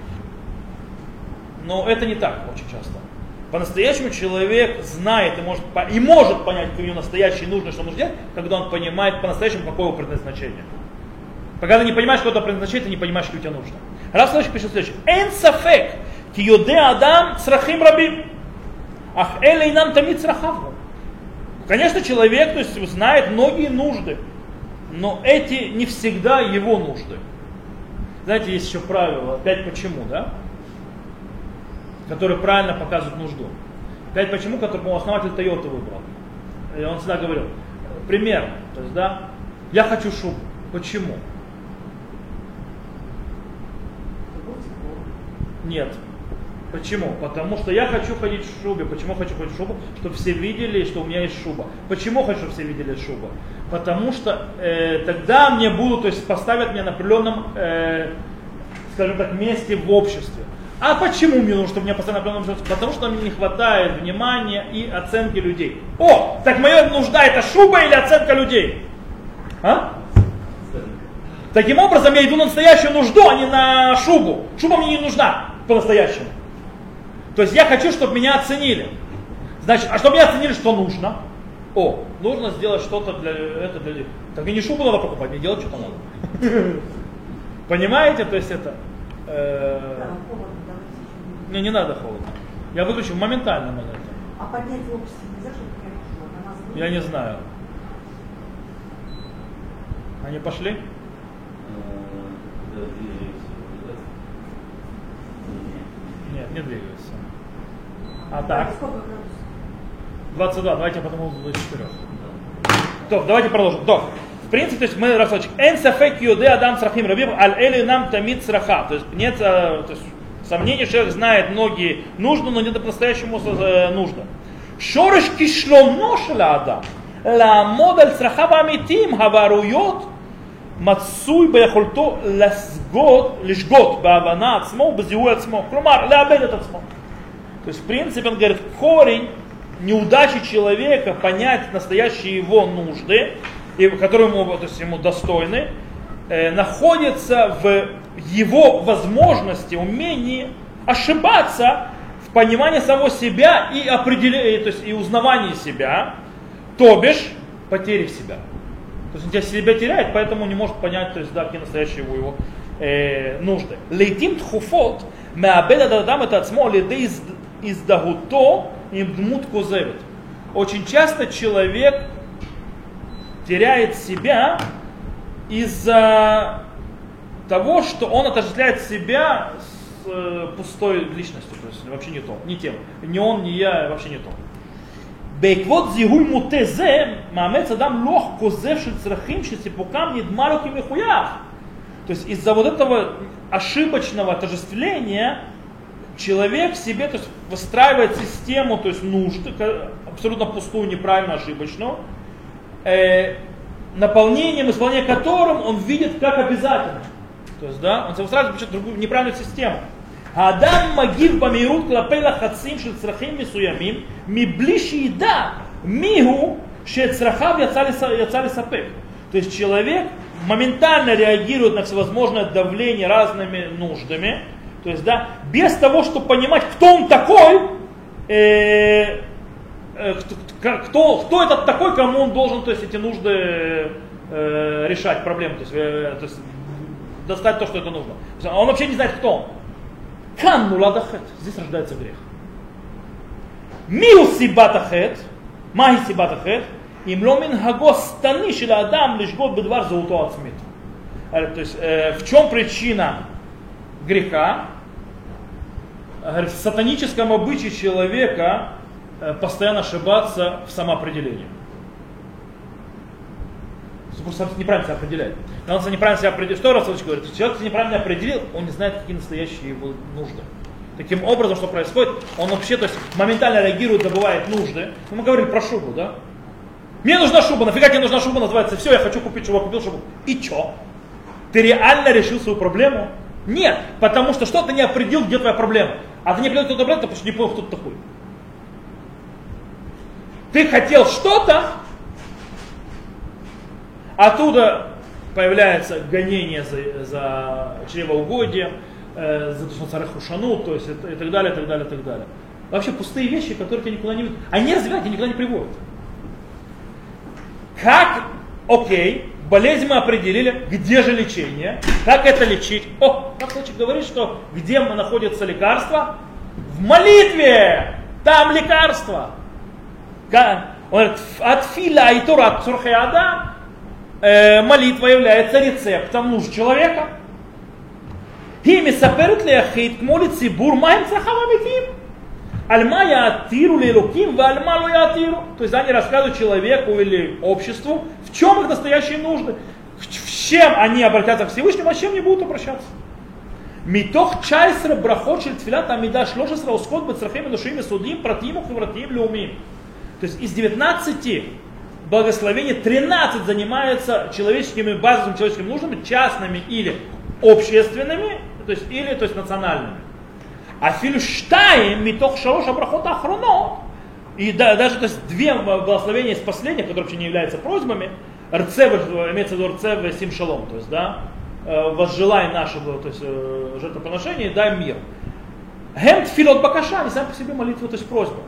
Но это не так очень часто. По-настоящему человек знает и может, и может понять, какие ему настоящие нужны, что нужно делать, когда он понимает по-настоящему, какое его предназначение. Пока ты не понимаешь, какое это предназначение, ты не понимаешь, что тебе нужно. Рав Соловейчик пишет следующее. Эн сафек, ки йоде адам црахим рабим, ах элей нам тамид црахаву. Конечно, человек, то есть, знает многие нужды, но эти не всегда его нужды. Знаете, есть еще правило, опять почему, да? Который правильно показывает нужду. Опять почему, который, по-моему, основатель Тойоты выбрал. И он всегда говорил, пример, то есть, да, я хочу шубу. Почему? Нет. Почему? Потому что я хочу ходить в шубе. Почему хочу ходить в шубу? Чтобы все видели, что у меня есть шуба. Почему хочу, чтобы все видели шубу? Потому что э, тогда мне будут, то есть поставят меня на определенном, э, скажем так, месте в обществе. А почему мне нужно, чтобы меня поставили на определенном месте? Потому что мне не хватает внимания и оценки людей. О, так моя нужда это шуба или оценка людей? А? Таким образом я иду на настоящую нужду, а не на шубу. Шуба мне не нужна по-настоящему. То есть я хочу, чтобы меня оценили. Значит, а чтобы меня оценили, что нужно? О, нужно сделать что-то для этого. Для... Так и не шубу надо покупать, не делать что-то надо. Понимаете? То есть это... Не, не надо холодно. Я выключу моментально на это. А поднять в обществе нельзя, чтобы я шла? Я не знаю. Они пошли? Нет, не двигаются. А так? Сколько градусов? двадцать два, давайте потом до четырех. То, давайте продолжим. То, в принципе, то есть мы рассказываем. Эн сафек юде адам црахим рабим аль эли нам тамид цраха. То есть нет, то есть, сомнений, что человек знает многие нужды, но не до по-настоящему нужда. Шореш кишлоно шела адам. לעמוד על צרכיו האמיתיים, הבערויות, מצוי ביכולתו לשגות, לשגות בהבנה עצמו ובזיהוי עצמו. כלומר, לאבד את עצמו. То есть, в принципе, он говорит, корень неудачи человека понять настоящие его нужды, которые ему, то есть, ему достойны, э, находится в его возможности, умении ошибаться в понимании самого себя и, определении, то есть, и узнавании себя, то бишь потери себя. То есть он тебя себя теряет, поэтому не может понять, то есть, да, какие настоящие его, его э, нужды. Лейтим тхуфот меабед адам это ацмо лидей издагуто им дмут козевит. Очень часто человек теряет себя из-за того, что он отождествляет себя с э, пустой личностью, то есть вообще не то, не тем, не он, не я, вообще не то. בעקבות זיהוי מוטה זה, מאמץ אדם לוח כוזב של צרכים שסיפוקם נדמה לו כמחויב. То есть из-за вот этого ошибочного отождествления человек в себе, то есть, выстраивает систему, то есть нужд, абсолютно пустую, неправильную, ошибочную, э, наполнением, исполнение которым он видит как обязательно. То есть, да, он сразу пишет другую неправильную систему. האדם מגיב במהירות כלפי לחצים של צרכים מסוימים מבלי שידע מיהו שצרכיו יצא לספק. То есть человек моментально реагирует на всевозможное давление разными нуждами, то есть, да, без того, чтобы понимать, кто он такой, э, э, кто, кто этот такой, кому он должен, то есть, эти нужды э, решать, проблемы, то есть, э, то есть достать то, что это нужно. Он вообще не знает, кто он. Кан нулад ахет. Здесь рождается грех. Миу сибат ахет. Маги сибат ахет. Им ло минхаго стани шел адам лишгот бедвар зауто ацмит. То есть, э, в чем причина греха? В сатаническом обычае человека э, постоянно ошибаться в самоопределении. Просто неправильно себя определяет. Когда он себя неправильно себя определил, что Равсович говорит? Человек себя неправильно определил, он не знает, какие настоящие его нужды. Таким образом, что происходит, он вообще, то есть, моментально реагирует, забывает нужды. Ну, мы говорили про шубу, да? Мне нужна шуба, нафига тебе нужна шуба, называется, все, я хочу купить шубу, купил шубу. И чё? Ты реально решил свою проблему? Нет, потому что что ты не определил, где твоя проблема. А ты не определил, кто твоя проблема, потому что не понял, кто ты такой. Ты хотел что-то, оттуда появляется гонение за, за чревоугодие, э, за царахушану, то есть и, и так далее, и так далее, и так далее. Вообще пустые вещи, которые тебя никуда не ведут. Они развивают, тебя никуда не приводят. Как, окей, болезнь мы определили, где же лечение, как это лечить? О, как Равсович говорит, что где находится лекарство? В молитве, там лекарство. Он говорит, от филя и тура, от цурхеада, молитва является рецептом нужд человека. היא מספרת ליחיד כמו לציבור מה הם צרכיו האמיתיים. על מה יעתירו לאלוקים ועל מה לא יעתירו. То есть они рассказывают человеку или обществу, в чем их настоящие нужды, в чем они обратятся к Всевышнему, а с чем не будут обращаться. מתוך תשע עשרה ברכות של תפילת העמידה, שלוש עשרה עוסקות בצרכים אנושיים יסודיים, פרטיים וחברתיים לאומיים. То есть из девятнадцати благословений тринадцать занимается человеческими, базовыми человеческими нуждами, частными или общественными, то есть, или то есть, национальными. А фильштайм митох шалош абрахот ахронот, и да, даже то есть, две благословения из последних, которые вообще не являются просьбами, рцев, имеется в виду рцев сим шалом, то есть, да, возжелай нашего, то есть, жертвоприношения и дай мир. Гем тфилот бакаша, они сами по себе молитвы, то есть просьба.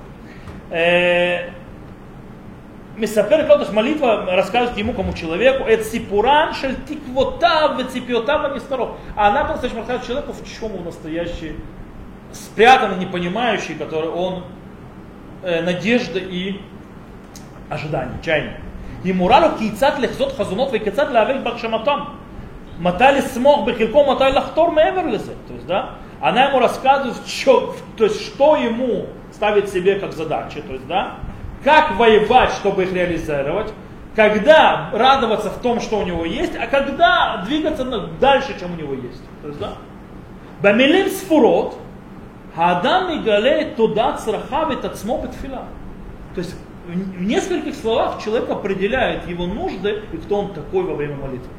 Месапер, то есть молитва рассказывает ему, кому человеку, это сипуран шель тиквотав, ципиотав, не старов. А она по-настоящему рассказывает человеку, в чем он настоящий, спрятанный, не понимающий, который он э, надежда и ожидание, чаяние. И муралу кейцат лехзот хазунот вей кейцат лавель бакшаматам. Матали смог бехилко, матали лахтор меверлизе. То есть, да, она ему рассказывает, что, то есть, что ему ставить себе как задачи, то есть, да, как воевать, чтобы их реализовать, когда радоваться в том, что у него есть, а когда двигаться дальше, чем у него есть. То есть, да? Бамилим сфурот, хаадам мигалеет туда црахав и тацмо бетфила. То есть в нескольких словах человек определяет его нужды и кто он такой во время молитвы.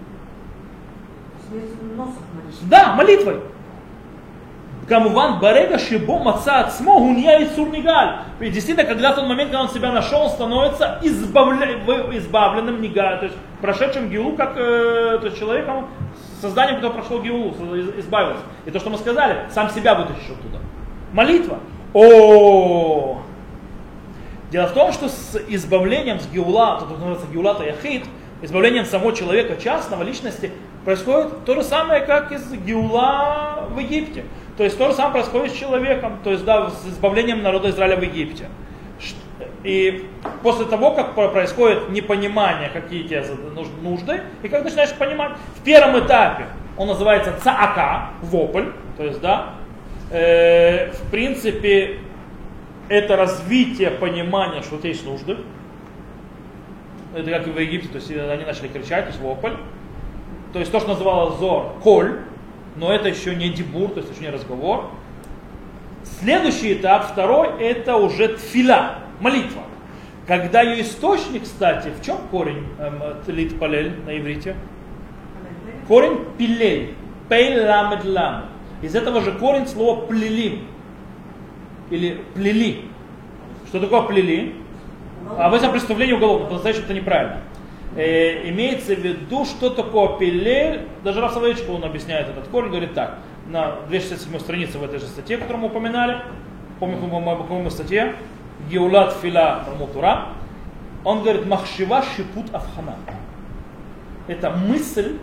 Да, молитвой. Камуван барега шибо маца ацмо гунья и цурнигаль. И действительно, когда в тот момент, когда он себя нашел, он становится избавля... избавленным нигаль, то есть прошедшим геулу, как э, то есть человеком, созданием, который прошел геулу, избавился. И то, что мы сказали, сам себя вытащишь оттуда. Молитва. О. Дело в том, что с избавлением с геула, то, что называется геулата яхид, избавлением самого человека, частного, личности, происходит то же самое, как из геула в Египте. То есть то же самое происходит с человеком, то есть да, с избавлением народа Израиля в Египте. И после того, как происходит непонимание, какие у тебя нужды, и как начинаешь понимать, в первом этапе он называется цаака, вопль, то есть да, э, в принципе это развитие понимания, что у тебя есть нужды. Это как и в Египте, то есть они начали кричать, то есть вопль. То есть то, что называлось зор, коль, но это еще не дибур, то есть еще не разговор. Следующий этап, второй, это уже тфила, молитва. Когда ее источник, кстати, в чем корень эм, лит палель на иврите? Корень пилель. Пей ламед лам. Из этого же корень слова плелим. Или плели. Что такое плели? Об этом представлении уголовного, по-настоящему это неправильно. Э, имеется в виду, что такое пилель. Даже Рав Соловейчик, он объясняет этот корень, говорит так. На двести шестьдесят седьмой странице в этой же статье, которую мы упоминали. Помните, по-моему, по статье. Геулат фила Талмуд-Тура. Он говорит, махшива шипут авхана. Это мысль,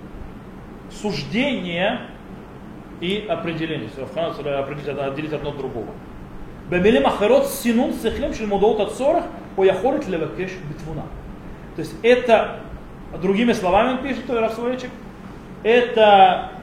суждение и определение. Определить, отделить одно от другого. Бемелем ахарот синун сехлем шельмудоут от сорах пояхорит левакеш битвуна. То есть это, другими словами он пишет, то Рав Соловейчик, это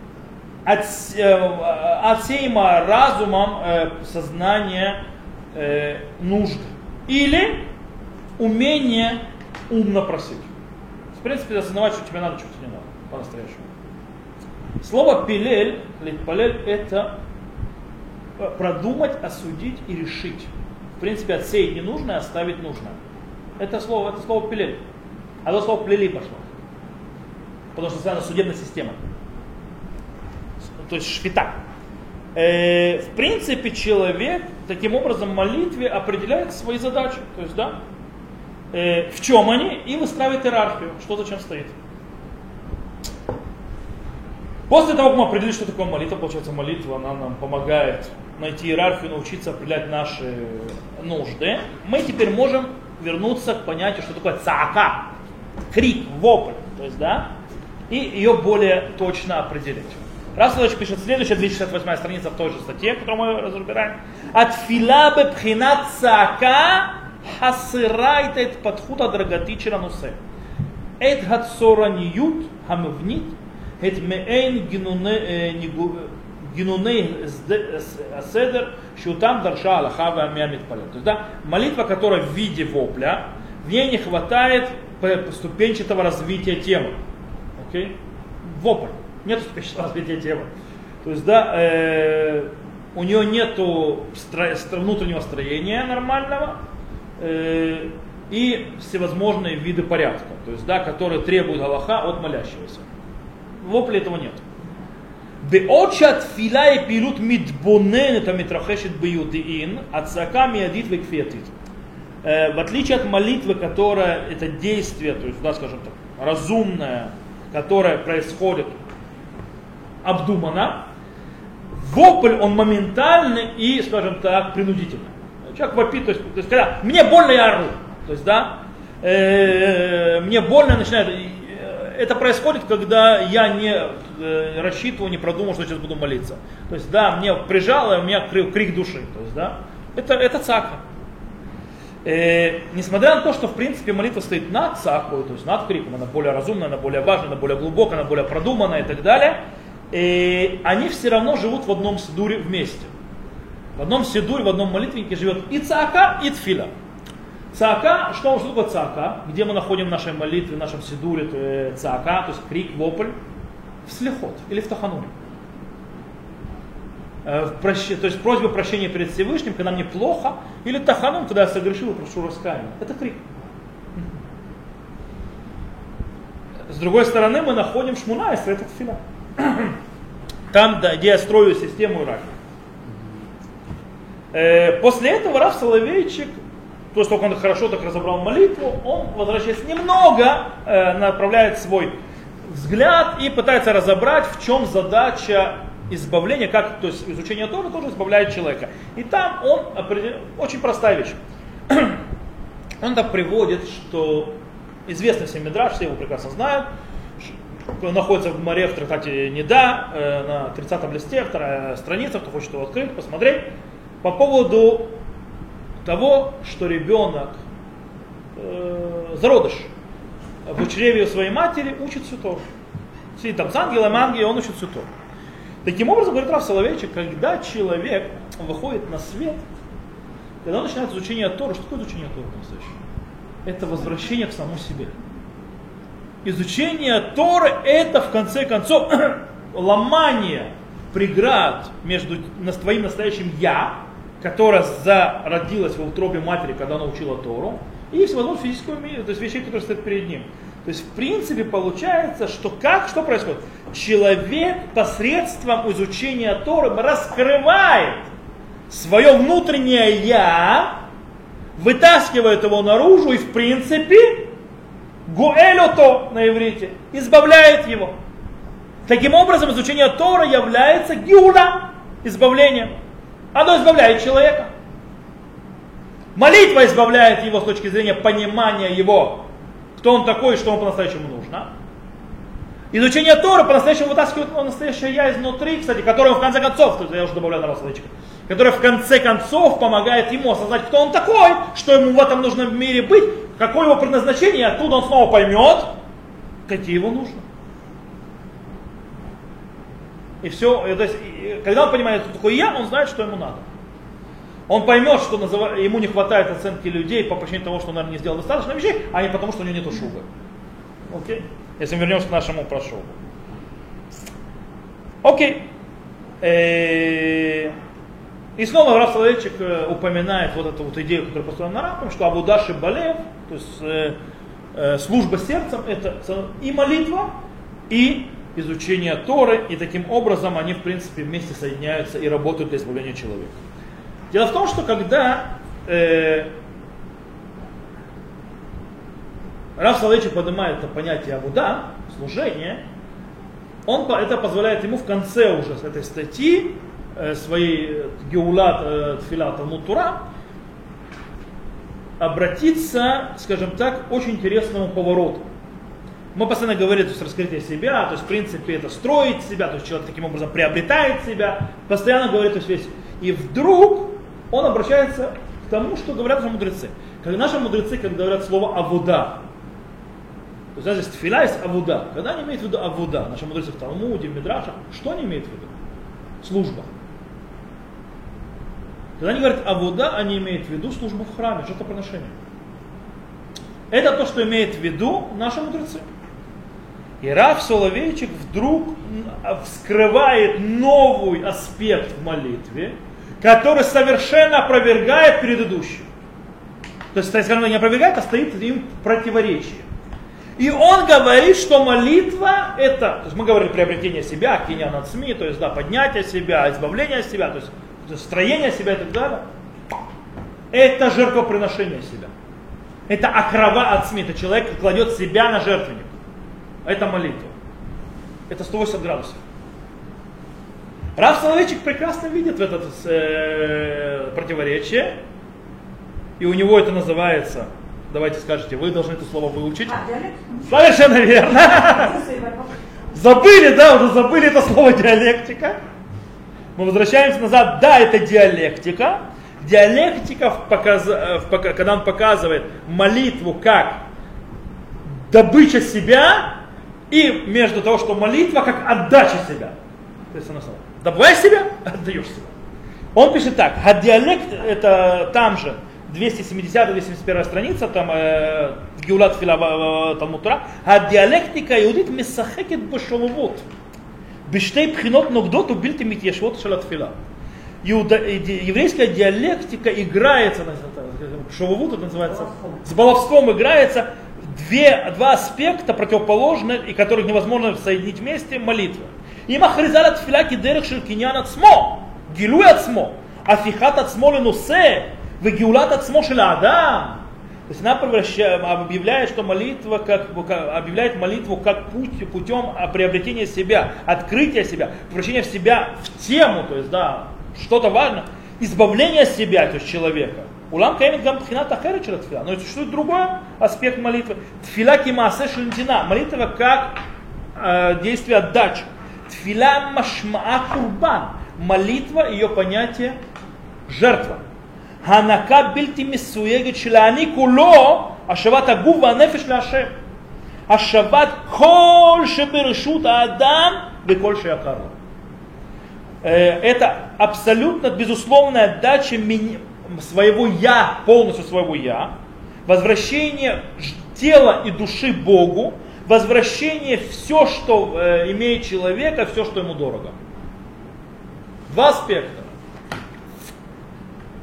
отсеямо разумом э, сознание э, нужд. Или умение умно просить. В принципе, осознавать, что тебе надо, что тебе не надо, по-настоящему. Слово пилель, литпалель, это продумать, осудить и решить. В принципе, отсеять ненужное, оставить нужное. Это слово, это слово пилель. А то слово плели пошло. Потому что это судебная система. То есть шфита. Э, в принципе, человек таким образом в молитве определяет свои задачи. То есть, да, э, в чем они, и выстраивает иерархию, что зачем стоит. После того, как мы определили, что такое молитва, получается, молитва, она нам помогает найти иерархию, научиться определять наши нужды, мы теперь можем вернуться к понятию, что такое цаака, крик, вопль, то есть, да, и ее более точно определить. Рав Соловейчик пишет следующая, двести шестьдесят восьмая страница в той же статье, которую мы разбираем. Атфила бепхинат цаака хасирайт эт подхута драгатичера нусе. Эт хатсораниют хамвнит эт меэйн гинуней седер шутам дарша алаха вамиамит палет. То есть, да, молитва, которая в виде вопля, в ней не хватает ступенчатого развития темы. Okay? Вопль. Нет ступенчатого развития темы. То есть, да, э, у нее нет внутреннего строения нормального э, и всевозможные виды порядка, то есть, да, которые требуют галаха от молящегося. Вопля этого нет. Беочат фила и пилут мидбонен это митрахешет бьюдиин, отсака миадит векфетит. В отличие от молитвы, которая это действие, то есть, да, скажем так, разумное, которое происходит обдуманно, вопль он моментальный и, скажем так, принудительный. Человек вопит, то есть, то есть когда мне больно, я ору, то есть, да, э, мне больно, начинает. Это происходит, когда я не э, рассчитываю, не продумал, что сейчас буду молиться. То есть, да, мне прижало, у меня крик, крик души. То есть, да, это, это цака. Э, несмотря на то, что в принципе молитва стоит над цакой, то есть над криком, она более разумная, она более важная, она более глубокая, она более продуманная и так далее, э, они все равно живут в одном сидуре вместе. В одном сидуре, в одном молитвеннике живет и цака, и тфиля. Цаака, что, что такое цаака? Где мы находим в нашей молитве, в нашем сидуре э, цаака, то есть крик, вопль, в слихот или в тахануме. Э, прощ... То есть просьба прощения перед Всевышним, когда мне плохо, или таханум, когда я согрешил и прошу раскаяния. Это крик. С другой стороны, мы находим шмунайс, это тфиля. Там, да, где я строю систему иерархии. Э, после этого Рав Соловейчик, то, что он хорошо так разобрал молитву, он, возвращаясь немного, э, направляет свой взгляд и пытается разобрать, в чем задача избавления, как, то есть изучение Торы тоже избавляет человека. И там он, очень простая вещь, он там приводит, что известный всем мидраш, все его прекрасно знают, находится в море в трактате Неда, э, на тридцатом листе, вторая страница, кто хочет его открыть, посмотреть, по поводу того, что ребенок, э, зародыш, в чреве своей матери учит всю Тору. Сидит там с ангелом, ангел, он учит всю Тору. Таким образом, говорит Рав Соловейчик, когда человек выходит на свет, когда он начинает изучение Торы, что такое изучение Торы по-настоящему? Это возвращение к самому себе. Изучение Торы это, в конце концов, ломание преград между твоим настоящим «я» которая зародилась в утробе матери, когда она учила Тору, и есть возможность физического мира, то есть вещей, которые стоят перед ним. То есть, в принципе, получается, что как, что происходит? Человек посредством изучения Торы раскрывает свое внутреннее «я», вытаскивает его наружу и, в принципе, гуэлото на иврите, избавляет его. Таким образом, изучение Торы является гиула, избавлением. Оно избавляет человека. Молитва избавляет его с точки зрения понимания его, кто он такой и что ему по-настоящему нужно. Изучение Торы по-настоящему вытаскивает его настоящее я изнутри, кстати, которое в конце концов, то есть я уже добавляю на словечко, которое в конце концов помогает ему осознать, кто он такой, что ему в этом нужном мире быть, какое его предназначение, и оттуда он снова поймет, какие его нужны. И все, то есть, когда он понимает, кто такой я, он знает, что ему надо. Он поймет, что назыв... ему не хватает оценки людей по причине того, что он, наверное, не сделал достаточно вещей, а не потому, что у него нету шубы. Окей? Если мы вернемся к нашему про шубу. Окей. И снова Рав Соловейчик упоминает вот эту вот идею, которую построена на Рамбаме, что Авуда Шебалев, то есть служба сердцем, это и молитва, и изучение Торы, и таким образом они, в принципе, вместе соединяются и работают для избавления человека. Дело в том, что когда э, Рав Соловейчик поднимает это понятие Авуда, служение, он, это позволяет ему в конце уже этой статьи, э, своей Геулат э, Тфилат Талмуд Тора, обратиться, скажем так, к очень интересному повороту. Мы постоянно говорим, то есть раскрытие себя, то есть в принципе это строить себя, то есть человек таким образом приобретает себя, постоянно говорит, то есть весь. И вдруг он обращается к тому, что говорят наши мудрецы. Как наши мудрецы, когда говорят слово авуда, то есть здесь тфила есть авуда. Когда они имеют в виду авуда, наши мудрецы в Талмуде, в Мидрашах, что они имеют в виду? Служба. Когда они говорят авуда, они имеют в виду службу в храме, жертвоприношение. Это то, что имеет в виду наши мудрецы. И Рав Соловейчик вдруг вскрывает новый аспект в молитве, который совершенно опровергает предыдущий. То есть, скажем, не опровергает, а стоит им в противоречии. И он говорит, что молитва это, то есть мы говорили приобретение себя, киньян ацми, то есть да, поднятие себя, избавление себя, то есть, то есть строение себя и так далее. Это жертвоприношение себя. Это акрава ацми, это человек кладет себя на жертвенник. Это молитва. Это сто восемьдесят градусов. Рав Соловейчик прекрасно видит в это э, противоречие. И у него это называется, давайте скажете, вы должны это слово выучить. А, диалект? Совершенно верно. Забыли, да, уже забыли это слово диалектика. Мы возвращаемся назад. Да, это диалектика. Диалектика, в показ... в... когда он показывает молитву как добыча себя, и между того, что молитва как отдача себя. То есть, добываешь себя, отдаешь себя. Он пишет так, а диалект, это там же, двести семидесятая - двести семьдесят первая страница, там Геулат Фила Талмуд Тора, а диалектика иудит месахекет бешовувот, бештей пхинот ногдот убильте митьешвот шалатфила. Еврейская диалектика играется, шовувут это называется, с баловством играется, Две, два аспекта противоположных, и которых невозможно соединить вместе, молитва. И махризалат филяки дерех шелькинян ацмо, гилуй ацмо, афихат ацмо ленусе, вегиулат ацмо шеладам. То есть она объявляет, что молитва как, объявляет молитву как путь, путем приобретения себя, открытия себя, превращения в себя в тему, то есть да, что-то важно, избавления себя, то есть человека. Улам каемит гам тхинат ахерет шел тфила. Но существует другой аспект молитвы. Тфила кимаасе шлентина. Молитва как э, действие отдачи. Тфила машмаа курбан. Молитва, ее понятие жертва. Ханака бильти мисуегет шлани куло ашават агув ва нефеш лашем. Ашават кол шебершут адам векол шеякар. Это абсолютно безусловная отдача своего я, полностью своего я, возвращение тела и души Богу, возвращение все, что э, имеет человека, все, что ему дорого. Два аспекта.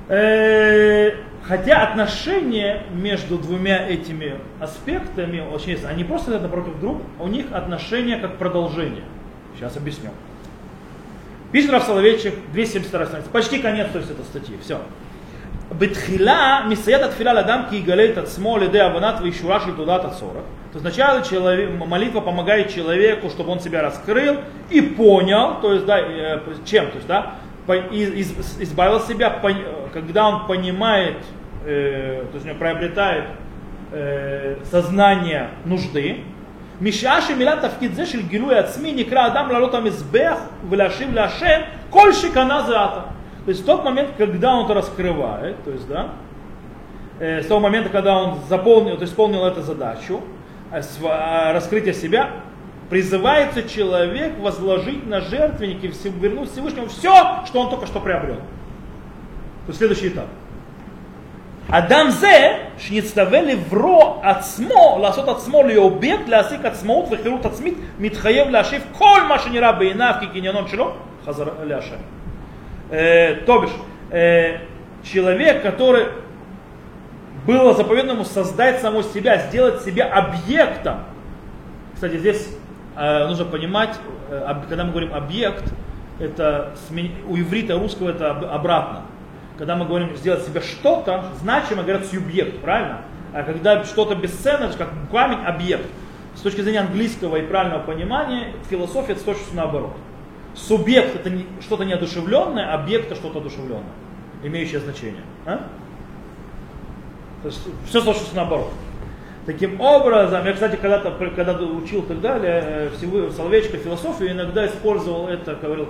Э, хотя отношения между двумя этими аспектами очень есть. Они просто стоят напротив друг, у них отношения как продолжение. Сейчас объясню. Пишет Рав Соловейчик, двести семьдесят вторая страница, почти конец, то есть этой статьи. Все. Бетхила мисаят атфила ладам ки игалеет ацмо лиде аванат вишура шель тудат ацора. То есть сначала человек, молитва помогает человеку, чтобы он себя раскрыл и понял, то есть да, чем, то есть да, из, избавил себя, когда он понимает, э, то есть он приобретает э, сознание нужды. Мишаши милат тафкид зе шель гилуй ацми никра адам лалот амизбех велашив ляшем коль шикана зеата. То есть в тот момент, когда он это раскрывает, то есть, да, э, с того момента, когда он заполнил, то есть исполнил эту задачу, э, св, э, раскрытие себя, призывается человек возложить на жертвенник и вернуть Всевышнему все, что он только что приобрел. То есть следующий этап. Адам зе шництаве левро ацмо, ласот ацмо леобект, ласик ацмоут вехирут ацмит, митхаев ляшив коль ма шенира бейнав ки киньянон шело, хазар ляшем. Э, то бишь, э, человек, который было заповедано ему создать самого себя, сделать себя объектом. Кстати, здесь э, нужно понимать, э, когда мы говорим объект, это у иврита русского это обратно. Когда мы говорим сделать себя что-то, значимо говорят субъект, правильно? А когда что-то бесценное, как камень, объект. С точки зрения английского и правильного понимания, философия это точно наоборот. Субъект это не, что-то неодушевленное, объект это что-то одушевленное, имеющее значение. А? То есть все точно наоборот. Таким образом, я, кстати, когда-то, когда учил и так далее, всего Соловейчика философию, иногда использовал это, говорил,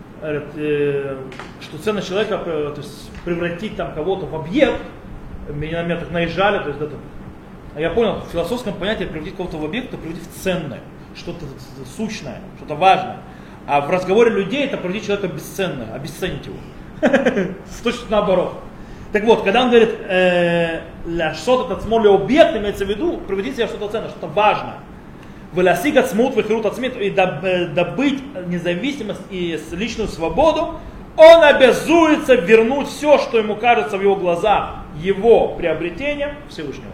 что ценность человека, то есть превратить там кого-то в объект, меня на меня так наезжали, то есть это, а я понял, в философском понятии превратить кого-то в объект, это превратить в ценное, что-то сущное, что-то важное. А в разговоре людей это превратить человека в бесценное, обесценить его. Точно наоборот. Так вот, когда он говорит, что-то отсмоли объект, имеется в виду, превратить себя в что-то ценное, что-то важное. Выласиг отсмут, выхрут отсмит, и добыть независимость и личную свободу, он обязуется вернуть все, что ему кажется в его глазах, его приобретением Всевышнего.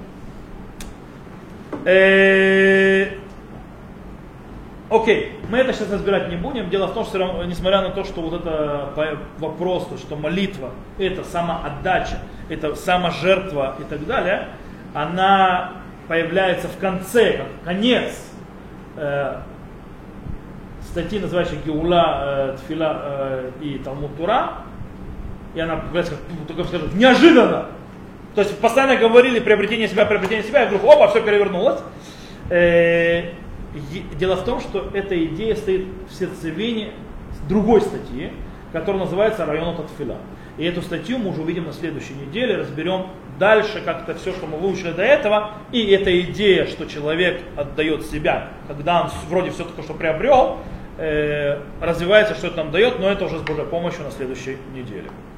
Окей, мы это сейчас разбирать не будем. Дело в том, что несмотря на то, что вот это вопрос, то, что молитва, это самоотдача, это саможертва и так далее, она появляется в конце, как конец э, статьи, называющей Геула, э, Тфила э, и Талмуд Тура, и она появляется, как, только скажу, неожиданно. То есть постоянно говорили приобретение себя, приобретение себя, и вдруг опа, все перевернулось. Э, Дело в том, что эта идея стоит в сердцевине другой статьи, которая называется «Районот Атфила». И эту статью мы уже увидим на следующей неделе, разберем дальше как-то все, что мы выучили до этого. И эта идея, что человек отдает себя, когда он вроде все только что приобрел, э, развивается, что это нам дает, но это уже с Божьей помощью на следующей неделе.